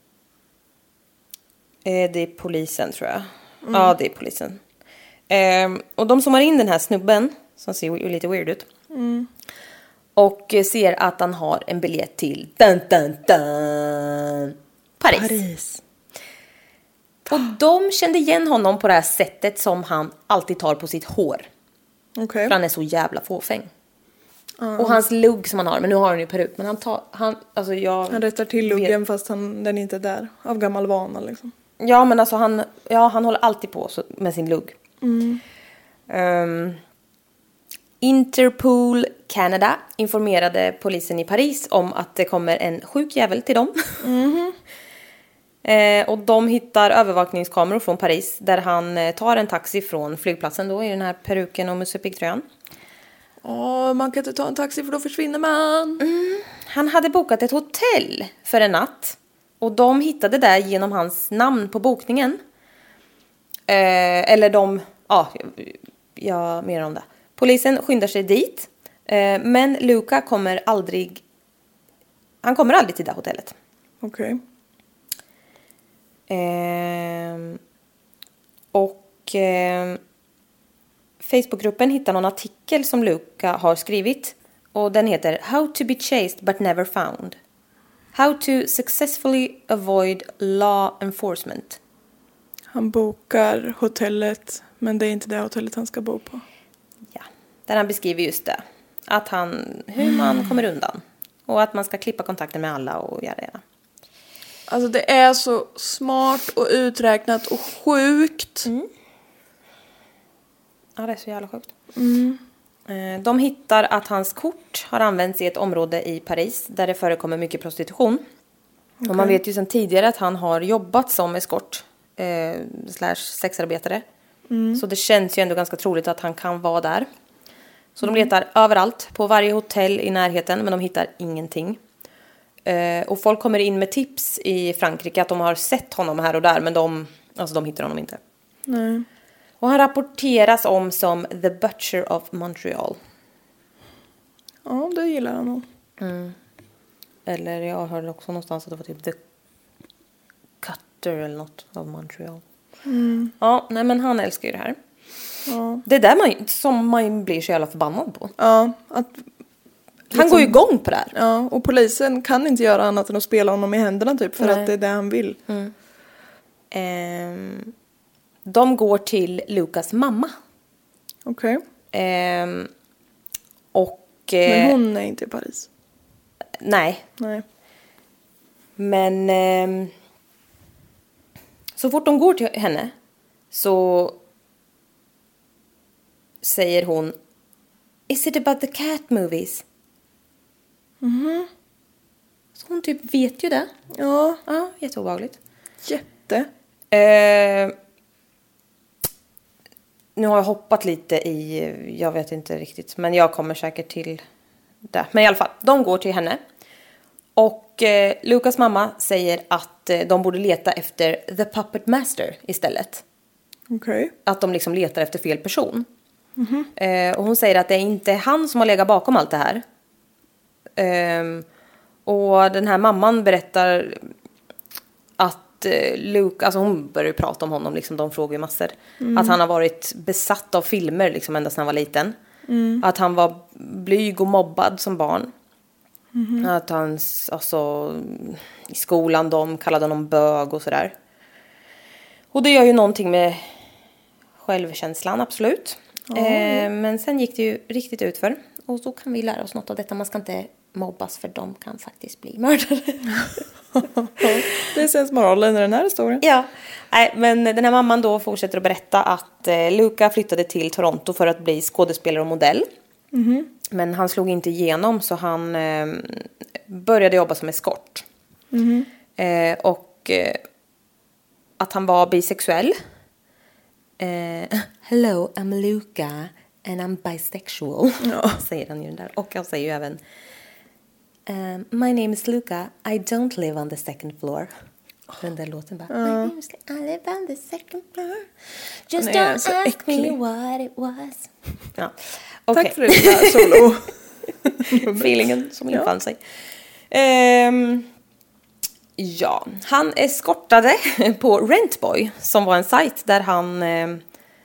Eh, det är polisen tror jag. Mm. Ja, det är polisen. Eh, och de som har in den här snubben, som ser lite weird ut. Mm. Och ser att han har en biljett till dun, dun, dun, Paris. Paris. Och de kände igen honom på det här sättet som han alltid tar på sitt hår. Okay. För han är så jävla fåfäng. Mm. Och hans lugg som han har, men nu har han ju peruk. Men han tar, han, alltså jag... Han rättar till luggen fast han, den är inte där. Av gammal vana liksom. Ja, men alltså han, ja, han håller alltid på så, med sin lugg. Mm. Um, Interpol Canada informerade polisen i Paris om att det kommer en sjuk jävel till dem. Mm. eh, och de hittar övervakningskameror från Paris där han eh, tar en taxi från flygplatsen då i den här peruken och Musse Pigg-tröjan. Åh, man kan inte ta en taxi för då försvinner man. Mm. Han hade bokat ett hotell för en natt. Och de hittade det genom hans namn på bokningen. Eh, eller de... Ja, jag mer om det. Polisen skyndar sig dit. Eh, men Luca kommer aldrig... Han kommer aldrig till det hotellet. Okej. Okay. Eh, och... Eh, Facebookgruppen hittar någon artikel som Luca har skrivit. Och den heter How to be chased but never found. How to successfully avoid law enforcement. Han bokar hotellet, men det är inte det hotellet han ska bo på. Ja, där han beskriver just det. Att han, hur man mm. kommer undan. Och att man ska klippa kontakten med alla och göra det. Alltså det är så smart och uträknat och sjukt. Mm. Ja, det är så jävla sjukt. Mm. De hittar att hans kort har använts i ett område i Paris där det förekommer mycket prostitution. Okay. Och man vet ju sedan tidigare att han har jobbat som eskort eh, slash sexarbetare. Mm. Så det känns ju ändå ganska troligt att han kan vara där. Så de letar överallt, på varje hotell i närheten, men de hittar ingenting. Eh, och folk kommer in med tips i Frankrike att de har sett honom här och där, men de, alltså de hittar honom inte. Nej. Och han rapporteras om som The Butcher of Montreal. Ja, det gillar han nog. Mm. Eller jag hörde också någonstans att det var typ The Cutter eller något av Montreal. Mm. Ja, nej men han älskar ju det här. Ja. Det är där man, som man blir så jävla förbannad på. Ja, att... Han går ju igång på det här. Ja, och polisen kan inte göra annat än att spela honom i händerna typ. För Nej. att det är det han vill. Mm. Ehm, de går till Lucas mamma. Okej. Okay. Ehm, och... Men hon är inte i Paris. Nej. Nej. Men... Ehm, så fort de går till henne så säger hon: Is it about the cat movies? Mhm. Så hon typ vet ju det. Ja. Ja, jätteobehagligt. Jätte. Eh, nu har jag hoppat lite i, jag vet inte riktigt, men jag kommer säkert till det. Men i alla fall, de går till henne. Och eh, Lucas mamma säger att eh, de borde leta efter The Puppet Master istället. Okej. Okay. Att de liksom letar efter fel person. Mm-hmm. Eh, och hon säger att det är inte han som har legat bakom allt det här. Eh, och den här mamman berättar att eh, Luke, alltså hon börjar ju prata om honom, liksom, de frågar ju massor. Mm. Att han har varit besatt av filmer liksom ända sedan han var liten. Mm. Att han var blyg och mobbad som barn. Mm-hmm. Att han, alltså, i skolan de kallade honom bög och sådär. Och det gör ju någonting med självkänslan, absolut. Ja. Eh, men sen gick det ju riktigt utför. Och så kan vi lära oss något av detta. Man ska inte mobbas, för de kan faktiskt bli mördare. Det är sens moralen i den här historien. Ja, nej, men den här mamman då fortsätter att berätta att eh, Luca flyttade till Toronto för att bli skådespelare och modell. Mm-hmm. Men han slog inte igenom, så han eh, började jobba som eskort. Mm-hmm. Eh, och eh, att han var bisexuell. Eh, Hello, I'm Luca and I'm bisexual. Ja. Säger han ju den där. Och han säger ju även um, My name is Luca, I don't live on the second floor. Den där låten bara uh. My name is Luca, I live on the second floor. Just don't ask äcklig. me what it was. Ja. Okay. Tack för det där solo. Feelingen som infann ja. sig. Um, ja, han eskortade på Rentboy, som var en sajt där han... Um,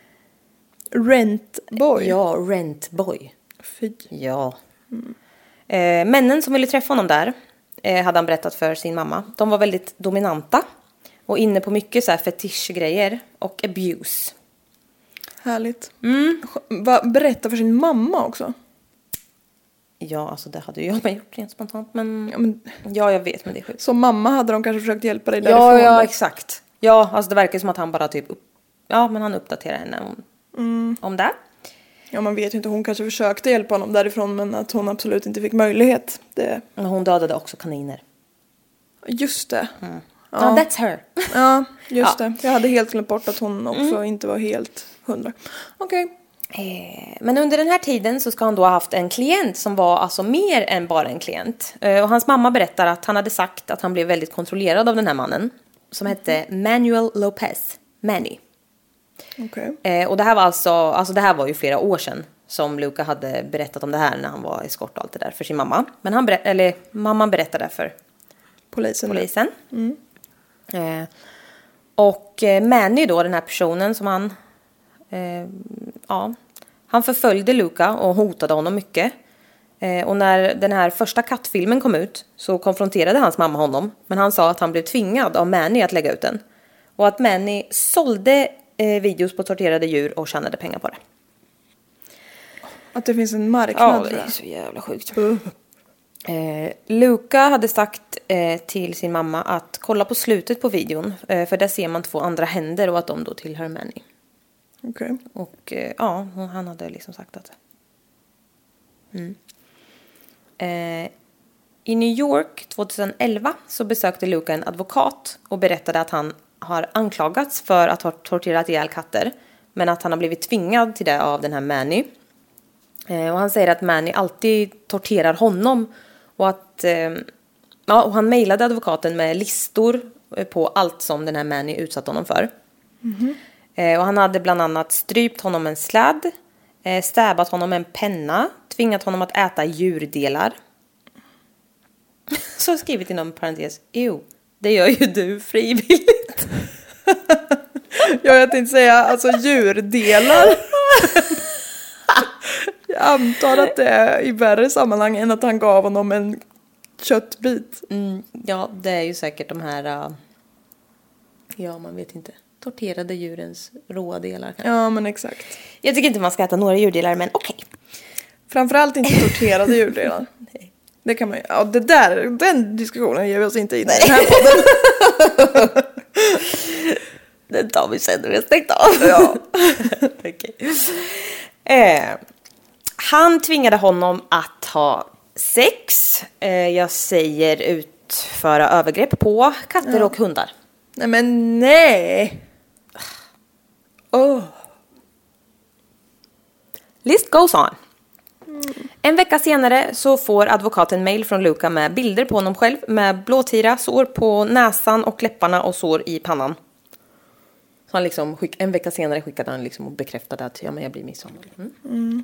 Rentboy? Ja, Rentboy. Fy. Ja. Mm. Eh, männen som ville träffa honom där eh, hade han berättat för sin mamma. De var väldigt dominanta och inne på mycket så här fetischgrejer och abuse. Härligt. Mm. Va, berätta för sin mamma också? Ja, alltså det hade jag gjort rent spontant. Men ja, men, ja jag vet, men det är sjukt. Som mamma hade de kanske försökt hjälpa dig därifrån? Ja, ja, exakt. Ja, alltså det verkar som att han bara typ... Upp... Ja, men han uppdaterar henne om, mm. om det. Ja, man vet ju inte. Hon kanske försökte hjälpa honom därifrån, men att hon absolut inte fick möjlighet. Det... Hon dödade också kaniner. Just det. Mm. Ja, oh, that's her. Ja, just ja. det. Jag hade helt glömt bort att hon också mm. inte var helt hundra. Okej. Okay. Eh, men under den här tiden så ska han då ha haft en klient som var alltså mer än bara en klient. Eh, och hans mamma berättar att han hade sagt att han blev väldigt kontrollerad av den här mannen. Som hette Manuel Lopez. Manny. Okay. Eh, och det här var alltså, alltså det här var ju flera år sedan som Luca hade berättat om det här när han var eskort och allt det där för sin mamma. Men han berätt, eller mamman berättade för polisen. polisen. Mm. Eh, och eh, Manny då, den här personen som han eh, ja, han förföljde Luca och hotade honom mycket. Eh, och när den här första kattfilmen kom ut så konfronterade hans mamma honom. Men han sa att han blev tvingad av Manny att lägga ut den. Och att Manny sålde eh, videos på torterade djur och tjänade pengar på det. Att det finns en marknad för det. Ja, det är så jävla sjukt. Uh. Eh, Luca hade sagt eh, till sin mamma att kolla på slutet på videon. Eh, för där ser man två andra händer och att de då tillhör Manny. Okej. Okay. Och eh, ja, han hade liksom sagt att... Mm. Eh, I New York tjugoelva så besökte Luca en advokat och berättade att han har anklagats för att ha torterat ihjäl katter. Men att han har blivit tvingad till det av den här Manny. Eh, och han säger att Manny alltid torterar honom. Och att eh, ja, och han mejlade advokaten med listor på allt som den här Manny utsatt honom för. Mm-hmm. Eh, och han hade bland annat strypt honom med en sladd, eh, stäbat honom med en penna, tvingat honom att äta djurdelar. Så har skrivit inom parentes, ew, det gör ju du frivilligt. Ja, jag tänkte säga, alltså djurdelar. Jag antar att det är i värre sammanhang än att han gav honom en köttbit. Mm, ja, det är ju säkert de här, uh, ja man vet inte, torterade djurens råa delar. Kanske. Ja, men exakt. Jag tycker inte man ska äta några djurdelar, men okej. Okay. Framförallt inte torterade djurdelar. Nej. Det kan man ju, ja det där, den diskussionen ger vi oss inte in i den här podden. Den tar vi sen när vi har stängt av. Ja. Okay. Eh, han tvingade honom att ha sex. Eh, jag säger utföra övergrepp på katter ja. och hundar. Nej men nej. Oh. List goes on. Mm. En vecka senare så får advokaten mail från Luca med bilder på honom själv med blåtira, sår på näsan och läpparna och sår i pannan. Så han liksom skick, en vecka senare skickade han liksom och bekräftade att ja, men jag blir misshandlad. Mm. Mm.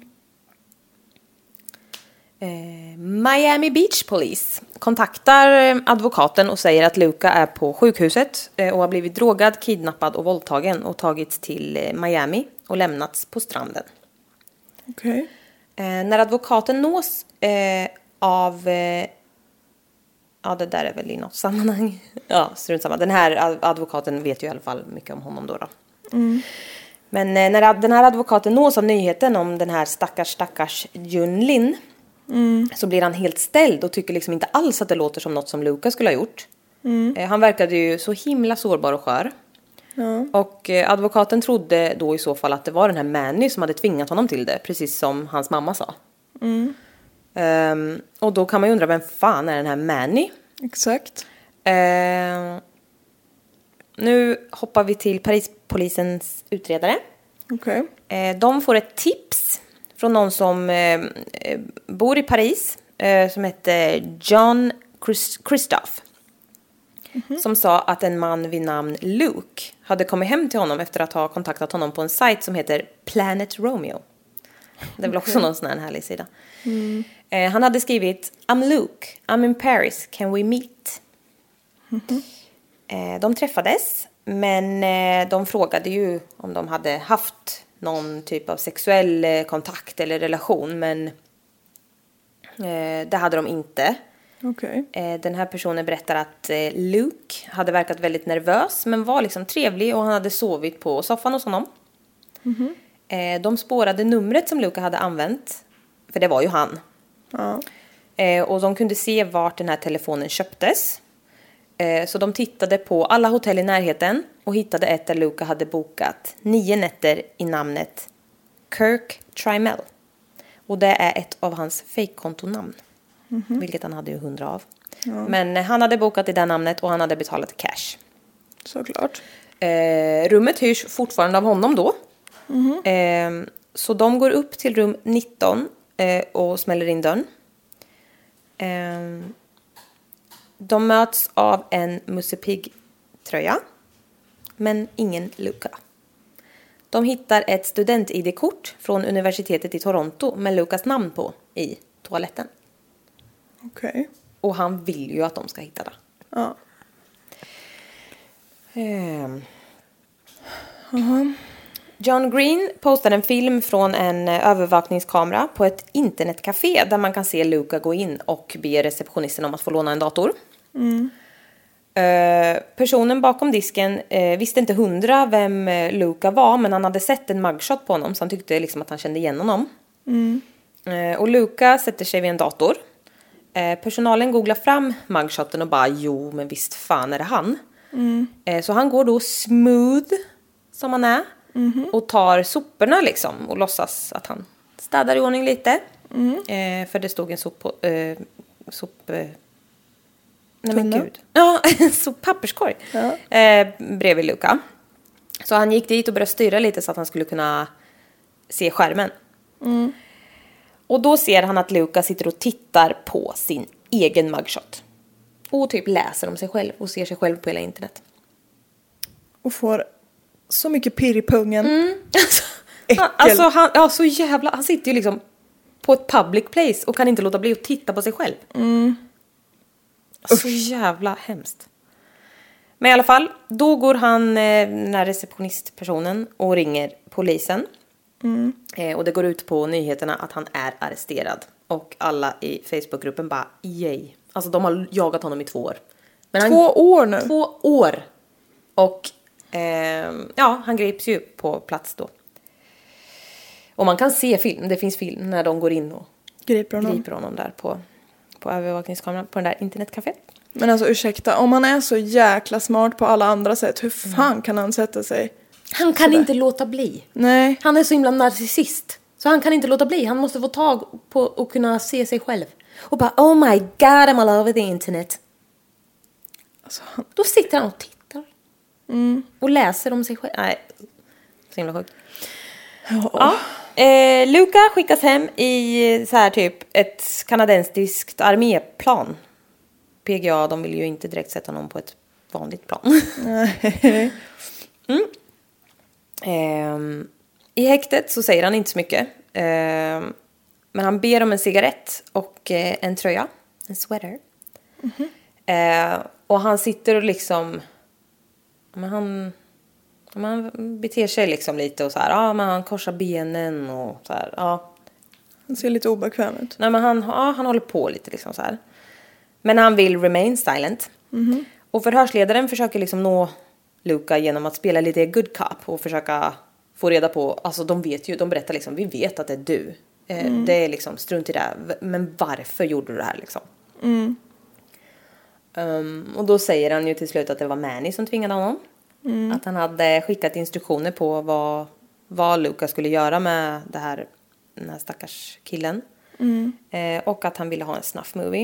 Eh, Miami Beach Police kontaktar advokaten och säger att Luca är på sjukhuset eh, och har blivit drogad, kidnappad och våldtagen och tagits till eh, Miami och lämnats på stranden. Okej. Okay. Eh, när advokaten nås eh, av... Eh, ja, det där är väl i något sammanhang. Ja, strunt samma. Den här advokaten vet ju i alla fall mycket om honom då. då. Mm. Men eh, när den här advokaten nås av nyheten om den här stackars, stackars Jun Lin mm. så blir han helt ställd och tycker liksom inte alls att det låter som något som Luca skulle ha gjort. Mm. Eh, han verkade ju så himla sårbar och skör. Ja. Och eh, advokaten trodde då i så fall att det var den här Manny som hade tvingat honom till det. Precis som hans mamma sa. Mm. Um, och då kan man ju undra, vem fan är den här Manny? Exakt. Uh, nu hoppar vi till Parispolisens utredare. Okej. Okay. Uh, de får ett tips från någon som uh, bor i Paris. Uh, som heter John Christ- Christophe. Mm-hmm. Som sa att en man vid namn Luke hade kommit hem till honom efter att ha kontaktat honom på en sajt som heter Planet Romeo. Det är väl också okay. någon sån här härlig sida. Mm. Eh, han hade skrivit I'm Luke, I'm in Paris, can we meet? Mm-hmm. Eh, de träffades, men eh, de frågade ju om de hade haft någon typ av sexuell eh, kontakt eller relation, men eh, det hade de inte. Okay. Eh, den här personen berättar att eh, Luke hade verkat väldigt nervös, men var liksom trevlig och han hade sovit på soffan hos honom. Mm-hmm. Eh, de spårade numret som Luca hade använt, för det var ju han. Ja. Eh, och de kunde se vart den här telefonen köptes. Eh, så de tittade på alla hotell i närheten och hittade ett där Luca hade bokat nio nätter i namnet Kirk Trimell. Och det är ett av hans fake-kontonamn. Mm-hmm. Vilket han hade ju hundra av. Ja. Men eh, han hade bokat i det namnet och han hade betalat cash. Såklart. Eh, rummet hyrs fortfarande av honom då. Mm-hmm. Eh, så de går upp till rum nitton eh, och smäller in dörren. Eh, de möts av en Musse Pigg-tröja, men ingen Luca. De hittar ett student-I D-kort från universitetet i Toronto med Lucas namn på i toaletten. Okej. Okay. Och han vill ju att de ska hitta det. Ja. Eh, uh-huh. John Green postade en film från en övervakningskamera på ett internetcafé där man kan se Luca gå in och be receptionisten om att få låna en dator. Mm. Uh, personen bakom disken uh, visste inte hundra vem Luca var, men han hade sett en mugshot på honom så han tyckte liksom att han kände igen honom. Mm. Uh, och Luca sätter sig vid en dator. Uh, personalen googlar fram mugshoten och bara, jo men visst fan är det han. Mm. Uh, så han går då smooth som han är. Mm-hmm. Och tar soporna liksom och låtsas att han städar i ordning lite. Mm. Eh, för det stod en sop... Eh, sop eh, nej men Tunna. gud. Ja, en sop papperskorg. Ja. Eh, bredvid Luca. Så han gick dit och började styra lite så att han skulle kunna se skärmen. Mm. Och då ser han att Luca sitter och tittar på sin egen mugshot. Och typ läser om sig själv och ser sig själv på hela internet. Och får så mycket pirr i pungen. Mm. han, alltså han, ja, så jävla, han sitter ju liksom på ett public place och kan inte låta bli att titta på sig själv. Mm. Så jävla hemskt. Men i alla fall, då går han, den här receptionistpersonen, och ringer polisen. Mm. Eh, och det går ut på nyheterna att han är arresterad. Och alla i Facebookgruppen bara, yay. Alltså de har jagat honom i två år. Men två han, år nu? Två år. Och eh, ja, han grips ju på plats då. Och man kan se film, det finns film när de går in och griper honom, griper honom där på, på övervakningskameran på den där internetcaféet. Men alltså ursäkta, om han är så jäkla smart på alla andra sätt, hur fan mm. kan han sätta sig? Han kan sådär. Inte låta bli. Nej. Han är så himla narcissist. Så han kan inte låta bli. Han måste få tag på och kunna se sig själv. Och bara, oh my god, I'm all over the internet. Alltså, han... Då sitter han och tittar. Mm. Och läser om sig själv. Nej, så himla sjukt. Ja. ja. Eh, Luca skickas hem i så här typ ett kanadensiskt arméplan. P G A, de vill ju inte direkt sätta någon på ett vanligt plan. Nej. mm. eh, I häktet så säger han inte så mycket. Eh, men han ber om en cigarett och eh, en tröja. En sweater. Mm-hmm. Eh, och han sitter och liksom... Men han... Man beter sig liksom lite och så här, ja, men han korsar benen och så här, ja. Han ser lite obekväm ut. Nej, men han, ja, han håller på lite liksom så här. Men han vill remain silent. Mm-hmm. Och förhörsledaren försöker liksom nå Luca genom att spela lite good cop och försöka få reda på, alltså de vet ju, de berättar liksom, vi vet att det är du. Eh, mm. Det är liksom strunt i det, men varför gjorde du det här liksom? Mm. Um, och då säger han ju till slut att det var Manny som tvingade honom. Mm. Att han hade skickat instruktioner på vad, vad Luca skulle göra med det här, den här stackars killen. Mm. Eh, och att han ville ha en snuff movie.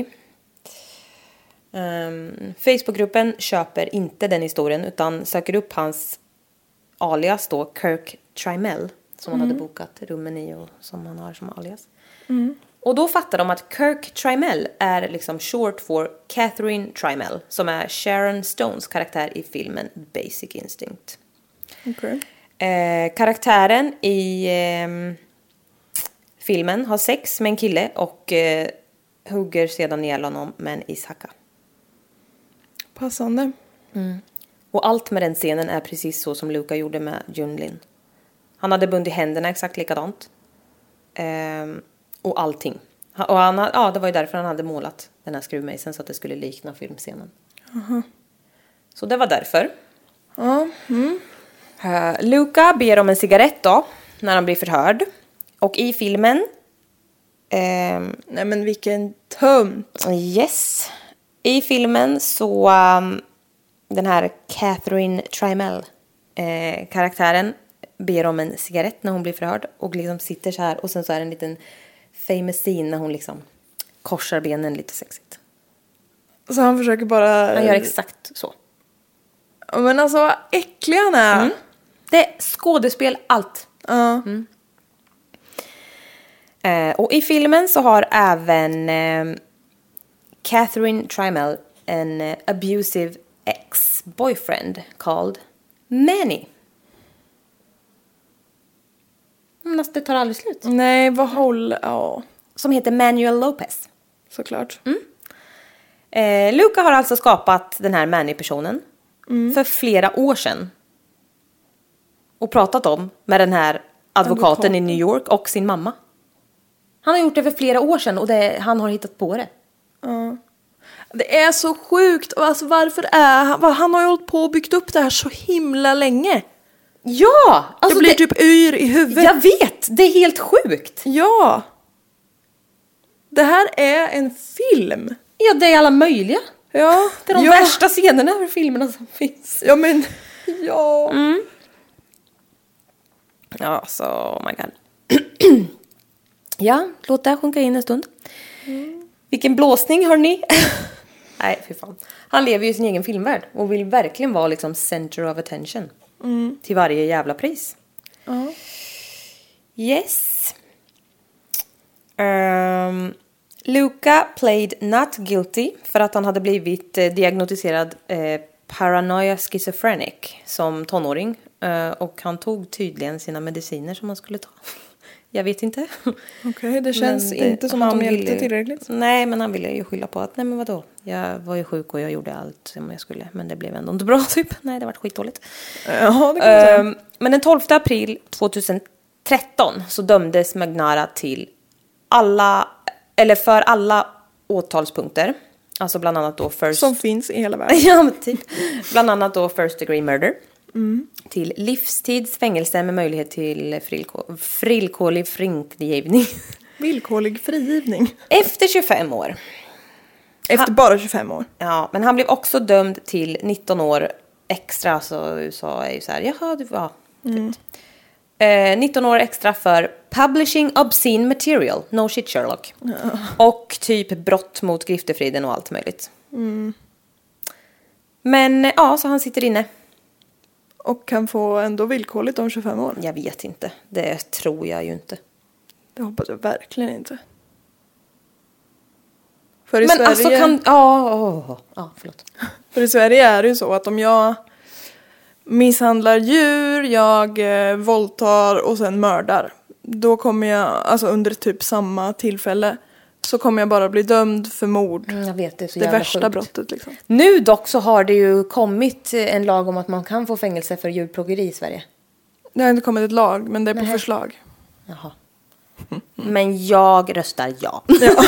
Um, Facebookgruppen köper inte den historien utan söker upp hans alias då, Kirk Trimell. Som mm. han hade bokat rummen i och som han har som alias. Mm. Och då fattar de att Kirk Trimell är liksom short for Catherine Trimell, som är Sharon Stones karaktär i filmen Basic Instinct. Okay. Eh, karaktären i eh, filmen har sex med en kille och eh, hugger sedan ihjäl honom med en ishacka. Passande. Mm. Och allt med den scenen är precis så som Luca gjorde med Junlin. Han hade bundit händerna exakt likadant. Eh, Och allting. Och han, ja, det var ju därför han hade målat den här skruvmejseln så att det skulle likna filmscenen. Uh-huh. Så det var därför. Uh, mm. uh, Luca ber om en cigarett då, när han blir förhörd. Och i filmen... Um, Nej men vilken tömt. Yes. I filmen så... Um, den här Catherine Trimell eh, karaktären ber om en cigarett när hon blir förhörd. Och liksom sitter så här. Och sen så är det en liten... famous scene när hon liksom korsar benen lite sexigt. Så han försöker bara... Han gör exakt så. Men alltså vad äcklig han är. Mm. Det är skådespel allt. Ja. Mm. Eh, och i filmen så har även eh, Catherine Trimell en eh, abusive ex-boyfriend called Manny. Men alltså, det tar aldrig slut. Nej, vad håll... Ja. Som heter Manuel Lopez. Såklart. Mm. Eh, Luca har alltså skapat den här Manny-personen mm. för flera år sedan. Och pratat om med den här advokaten, advokaten i New York och sin mamma. Han har gjort det för flera år sedan och det, han har hittat på det. Ja. Det är så sjukt. Alltså, varför är han... Han har ju hållit på och byggt upp det här så himla länge. Ja! Alltså jag blir det, typ yr i huvudet. Jag vet! Det är helt sjukt. Ja. Det här är en film. Ja, det är alla möjliga. Ja. Det är de ja. värsta scenerna över filmerna som finns. Ja, men... Ja. Mm. Ja, så... Oh my god. Ja, låt det här sjunka in en stund. Mm. Vilken blåsning, hörni. Nej, fy fan. Han lever ju i sin egen filmvärld. Och vill verkligen vara liksom center of attention. Mm. Till varje jävla pris. Uh-huh. Yes. Um, Luca played not guilty för att han hade blivit eh, diagnostiserad eh, paranoia schizophrenic som tonåring. Uh, och han tog tydligen sina mediciner som han skulle ta. Jag vet inte. Okej, okay, det känns det, inte som att de hjälpte ville, tillräckligt. Nej, men han ville ju skylla på att nej men vadå? Jag var ju sjuk och jag gjorde allt som jag skulle. Men det blev ändå inte bra typ. Nej, det var skitdåligt. Ja, det kan man säga. Uh, men den tolfte april tjugohundratretton så dömdes McNamara till alla, eller för alla åtalspunkter. Alltså bland annat då first... Som finns i hela världen. Ja, men typ. Bland annat då first degree murder. Mm. Till livstids fängelse med möjlighet till frillkålig frigivning. Villkorlig frigivning. Efter tjugofem år. Efter han, bara tjugofem år? Ja, men han blev också dömd till nitton år extra. Så U S A är ju så här, jaha, du var... Mm. Eh, nitton år extra för publishing obscene material. No shit Sherlock. Ja. Och typ brott mot griftefriden och allt möjligt. Mm. Men ja, så han sitter inne. Och kan få ändå villkorligt om tjugofem år? Jag vet inte. Det tror jag ju inte. Det hoppas jag verkligen inte. För i Men Sverige... alltså kan... Ja, oh, oh, oh, förlåt. För i Sverige är det ju så att om jag misshandlar djur, jag eh, våldtar och sen mördar. Då kommer jag, alltså under typ samma tillfälle, så kommer jag bara bli dömd för mord. Jag vet, det är så det jävla värsta sjukt. brottet liksom. Nu dock så har det ju kommit en lag om att man kan få fängelse för djurplågeri i Sverige. Det har inte kommit ett lag, men det är på Nej. förslag. Jaha. Men jag röstar ja. Ja.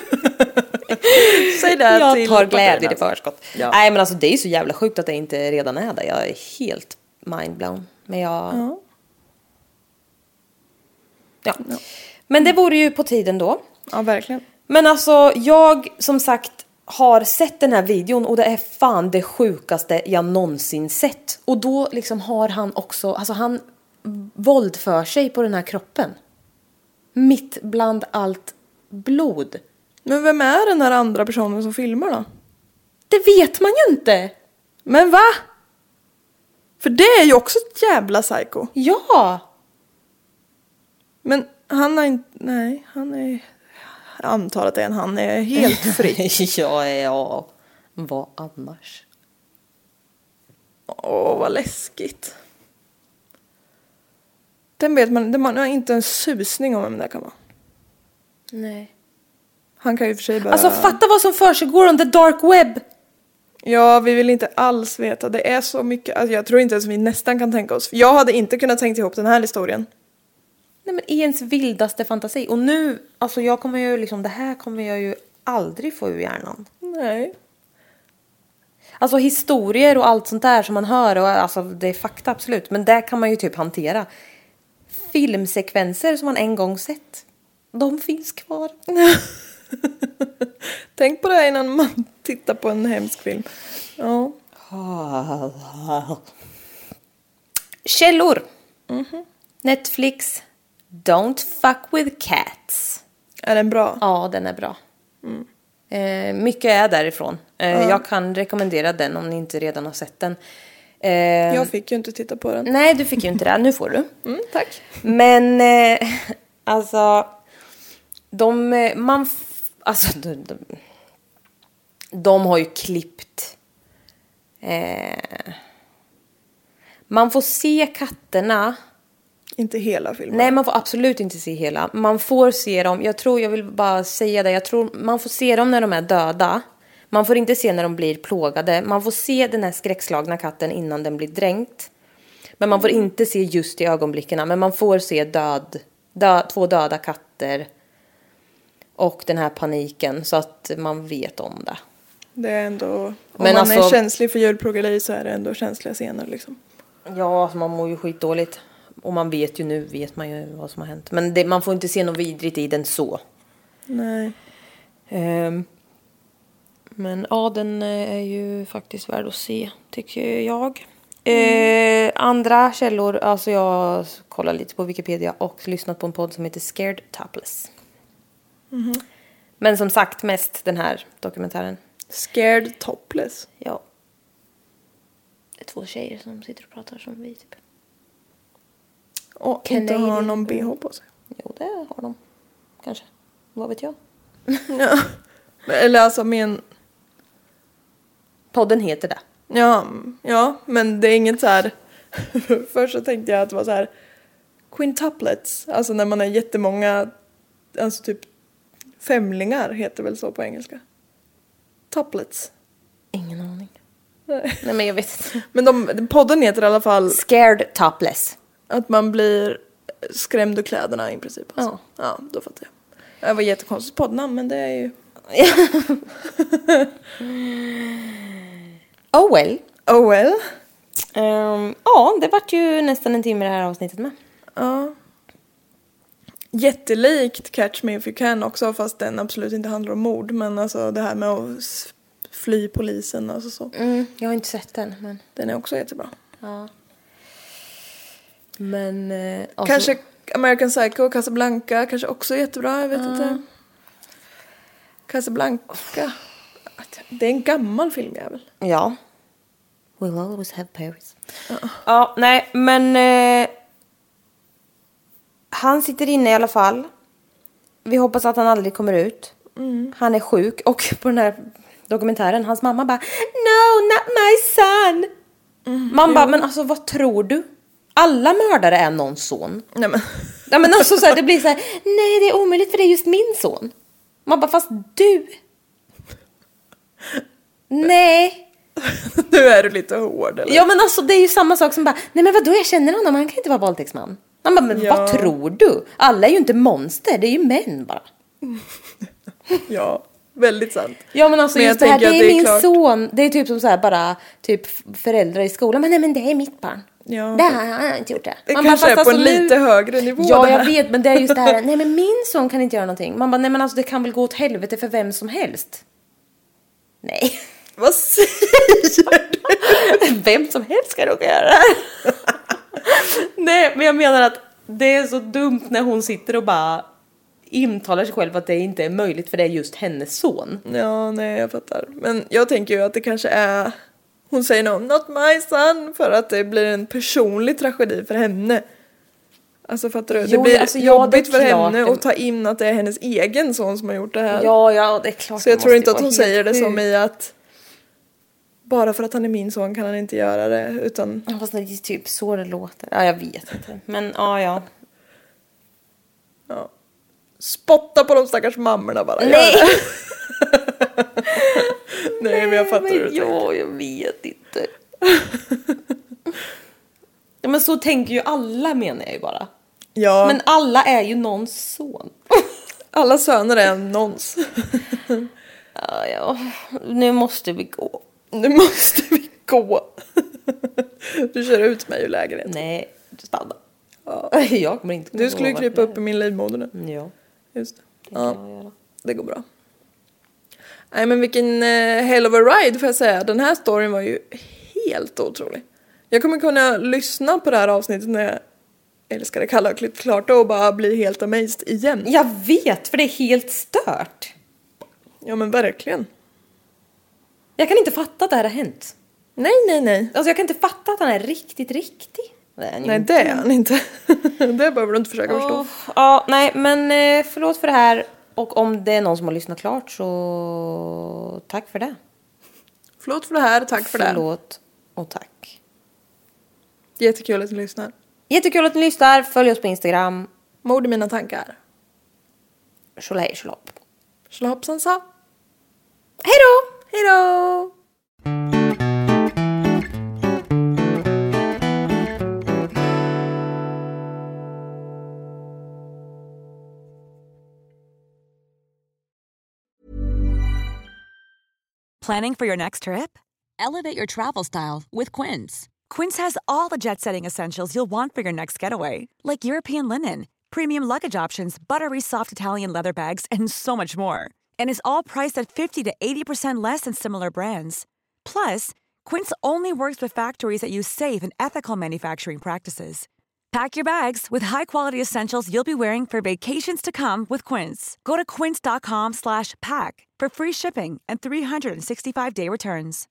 Säg det jag till tar glädje i förskott. Ja. Nej men alltså det är så jävla sjukt att det inte redan är där. Jag är helt mindblown. Men jag... Ja. Ja. ja. Men det vore ju på tiden då. Ja, verkligen. Men alltså jag som sagt har sett den här videon och det är fan det sjukaste jag någonsin sett. Och då liksom har han också, alltså han våldför sig på den här kroppen. Mitt bland allt blod. Men vem är den här andra personen som filmar då? Det vet man ju inte. Men va? För det är ju också ett jävla psycho. Ja. Men han är inte, nej, han är, jag antar att det är en han är helt fri. ja, ja, vad annars? Åh, vad läskigt. Den vet man, man har inte en susning om vem det kan vara. Nej. Han kan ju för sig bara... Alltså fatta vad som försiggår on the dark web. Ja, vi vill inte alls veta. Det är så mycket, alltså jag tror inte ens vi nästan kan tänka oss. Jag hade inte kunnat tänka ihop den här historien. Nej men i ens vildaste fantasi. Och nu, alltså jag kommer ju liksom, det här kommer jag ju aldrig få ur hjärnan. Nej. Alltså historier och allt sånt där som man hör, och alltså det är fakta absolut. Men där kan man ju typ hantera. Filmsekvenser som man en gång sett. De finns kvar. Tänk på det innan man tittar på en hemsk film. Ja. Källor. Mm-hmm. Netflix. Don't fuck with cats. Är den bra? Ja, den är bra. Mm. Eh, mycket är därifrån. Eh, ja. Jag kan rekommendera den om ni inte redan har sett den. Eh, jag fick ju inte titta på den. Nej, du fick ju inte det. Nu får du. Mm, tack. Men eh, alltså de man alltså de, de, de har ju klippt eh, man får se katterna. Inte hela filmen. Nej, man får absolut inte se hela. Man får se dem, jag tror, jag vill bara säga det, jag tror man får se dem när de är döda. Man får inte se när de blir plågade. Man får se den här skräckslagna katten innan den blir dränkt. Men man får inte se just i ögonblickarna. Men man får se död, dö, två döda katter. Och den här paniken, så att man vet om det. Det är ändå, om men man alltså, är känslig för djurplågeri så är det ändå känsliga scener liksom. Ja, alltså man mår ju skitdåligt. Och man vet ju, nu vet man ju vad som har hänt. Men det, man får inte se något vidrigt i den så. Nej. Um, men ja, den är ju faktiskt värd att se, tycker jag. Mm. Uh, andra källor, alltså jag kollar lite på Wikipedia och lyssnat på en podd som heter Scared Topless. Mm. Men som sagt, mest den här dokumentären. Scared Topless? Ja. Det är två tjejer som sitter och pratar som vi typ. Och inte har någon B H på sig. Jo, det har de. Kanske. vad vet jag? Ja. Eller alltså min... Podden heter det. Ja, ja, men det är inget så här... Först så tänkte jag att det var så här... Quintuplets, alltså när man är jättemånga... Alltså typ femlingar heter väl så på engelska. Tuplets. Ingen aning. Nej, Nej men jag vet inte. Men de, podden heter i alla fall... Scared topless. Att man blir skrämd ur kläderna i princip. Alltså. Ja. Ja, då fattar jag. Det var jättekonstigt poddnamn, men det är ju... Oh well. Oh well. Um, ja, det vart ju nästan en timme det här avsnittet med. Ja. Jättelikt Catch Me If You Can också, fast den absolut inte handlar om mord. Men alltså det här med att fly polisen och så. Mm, jag har inte sett den, men... Den är också jättebra. Ja. Men... Eh, alltså... Kanske American Psycho och Casablanca kanske också jättebra, jag vet uh. inte. Casablanca. Det är en gammal filmjävel. Ja. We'll always have Paris. Uh. Ja, nej, men... Eh, han sitter inne i alla fall. Vi hoppas att han aldrig kommer ut. Mm. Han är sjuk. Och på den här dokumentären, hans mamma bara... No, not my son! Mm, Man bara, men alltså vad tror du? Alla mördare är någons son. Nej men... Ja, men alltså så här, det blir så här... Nej, det är omöjligt för det är just min son. Man bara, fast du... Nej... Nu är du lite hård, eller? Ja, men alltså det är ju samma sak som bara... Nej, men vadå, jag känner honom, han kan inte vara våldtäktsman. Man bara, men ja. vad tror du? Alla är ju inte monster, det är ju män bara. Ja, väldigt sant. Ja, men alltså men just det här, det är, det är min klart... son. Det är typ som så här, bara typ föräldrar i skolan. Men nej, men det är mitt barn. Ja, det har han inte gjort det. Det Man kanske bara, är på alltså, en nu... lite högre nivå. Ja, jag vet, men det är just det här. Nej, men min son kan inte göra någonting. Man bara, nej men alltså det kan väl gå åt helvete för vem som helst. Nej. Vad säger du? Vem som helst ska råka göra det här. Nej, men jag menar att det är så dumt när hon sitter och bara intalar sig själv att det inte är möjligt för det är just hennes son. Ja, nej, jag fattar. Men jag tänker ju att det kanske är... Hon säger no, not my son, för att det blir en personlig tragedi för henne. Alltså fattar du? Jo, det blir alltså, ja, jobbigt det är för klart. henne att ta in att det är hennes egen son som har gjort det här. Ja, ja, det är klart. Så jag tror inte att hon helt säger det sjuk. som i att bara för att han är min son kan han inte göra det, utan... Ja, fast det är typ så det låter. Ja, jag vet inte. Men ja, ja. Ja. Spotta på de stackars mammorna bara. Nej! Nej, men jag fattar men hur du ja, tänker. jag vet inte. Ja, men så tänker ju alla, menar jag ju bara. Ja. Men alla är ju någons son. Alla söner är någons. Ja, ja. Nu måste vi gå. Nu måste vi gå. Du kör ut mig ur lägenheten. Nej, stanna. Ja. Jag kommer inte Du skulle ju krypa upp i min livmoder nu. Ja. Just det. Det kan jag göra. Det går bra. Nej, men vilken uh, hell of a ride får jag säga. Den här storyn var ju helt otrolig. Jag kommer kunna lyssna på det här avsnittet när jag älskar det kalla och klippt klart och bara bli helt amazed igen. Jag vet, för det är helt stört. Ja, men verkligen. Jag kan inte fatta att det här har hänt. Nej, nej, nej. Alltså jag kan inte fatta att han är riktigt, riktig. Det är han ju Nej, inte. det är han inte. Det behöver du inte försöka Oh, förstå. ja, nej, men eh, förlåt för det här. Och om det är någon som har lyssnat klart så tack för det. Förlåt för det här, tack för det. Förlåt och tack. Jättekul att ni lyssnar. Jättekul att ni lyssnar. Följ oss på Instagram. Mord i mina tankar. Tjolahej tjolopp. Tjolahoppsan sa. Hej då! Hej då! Planning for your next trip? Elevate your travel style with Quince. Quince has all the jet-setting essentials you'll want for your next getaway, like European linen, premium luggage options, buttery soft Italian leather bags, and so much more. And is all priced at fifty to eighty percent less than similar brands. Plus, Quince only works with factories that use safe and ethical manufacturing practices. Pack your bags with high-quality essentials you'll be wearing for vacations to come with Quince. Go to quince.com slash pack for free shipping and three sixty-five day returns.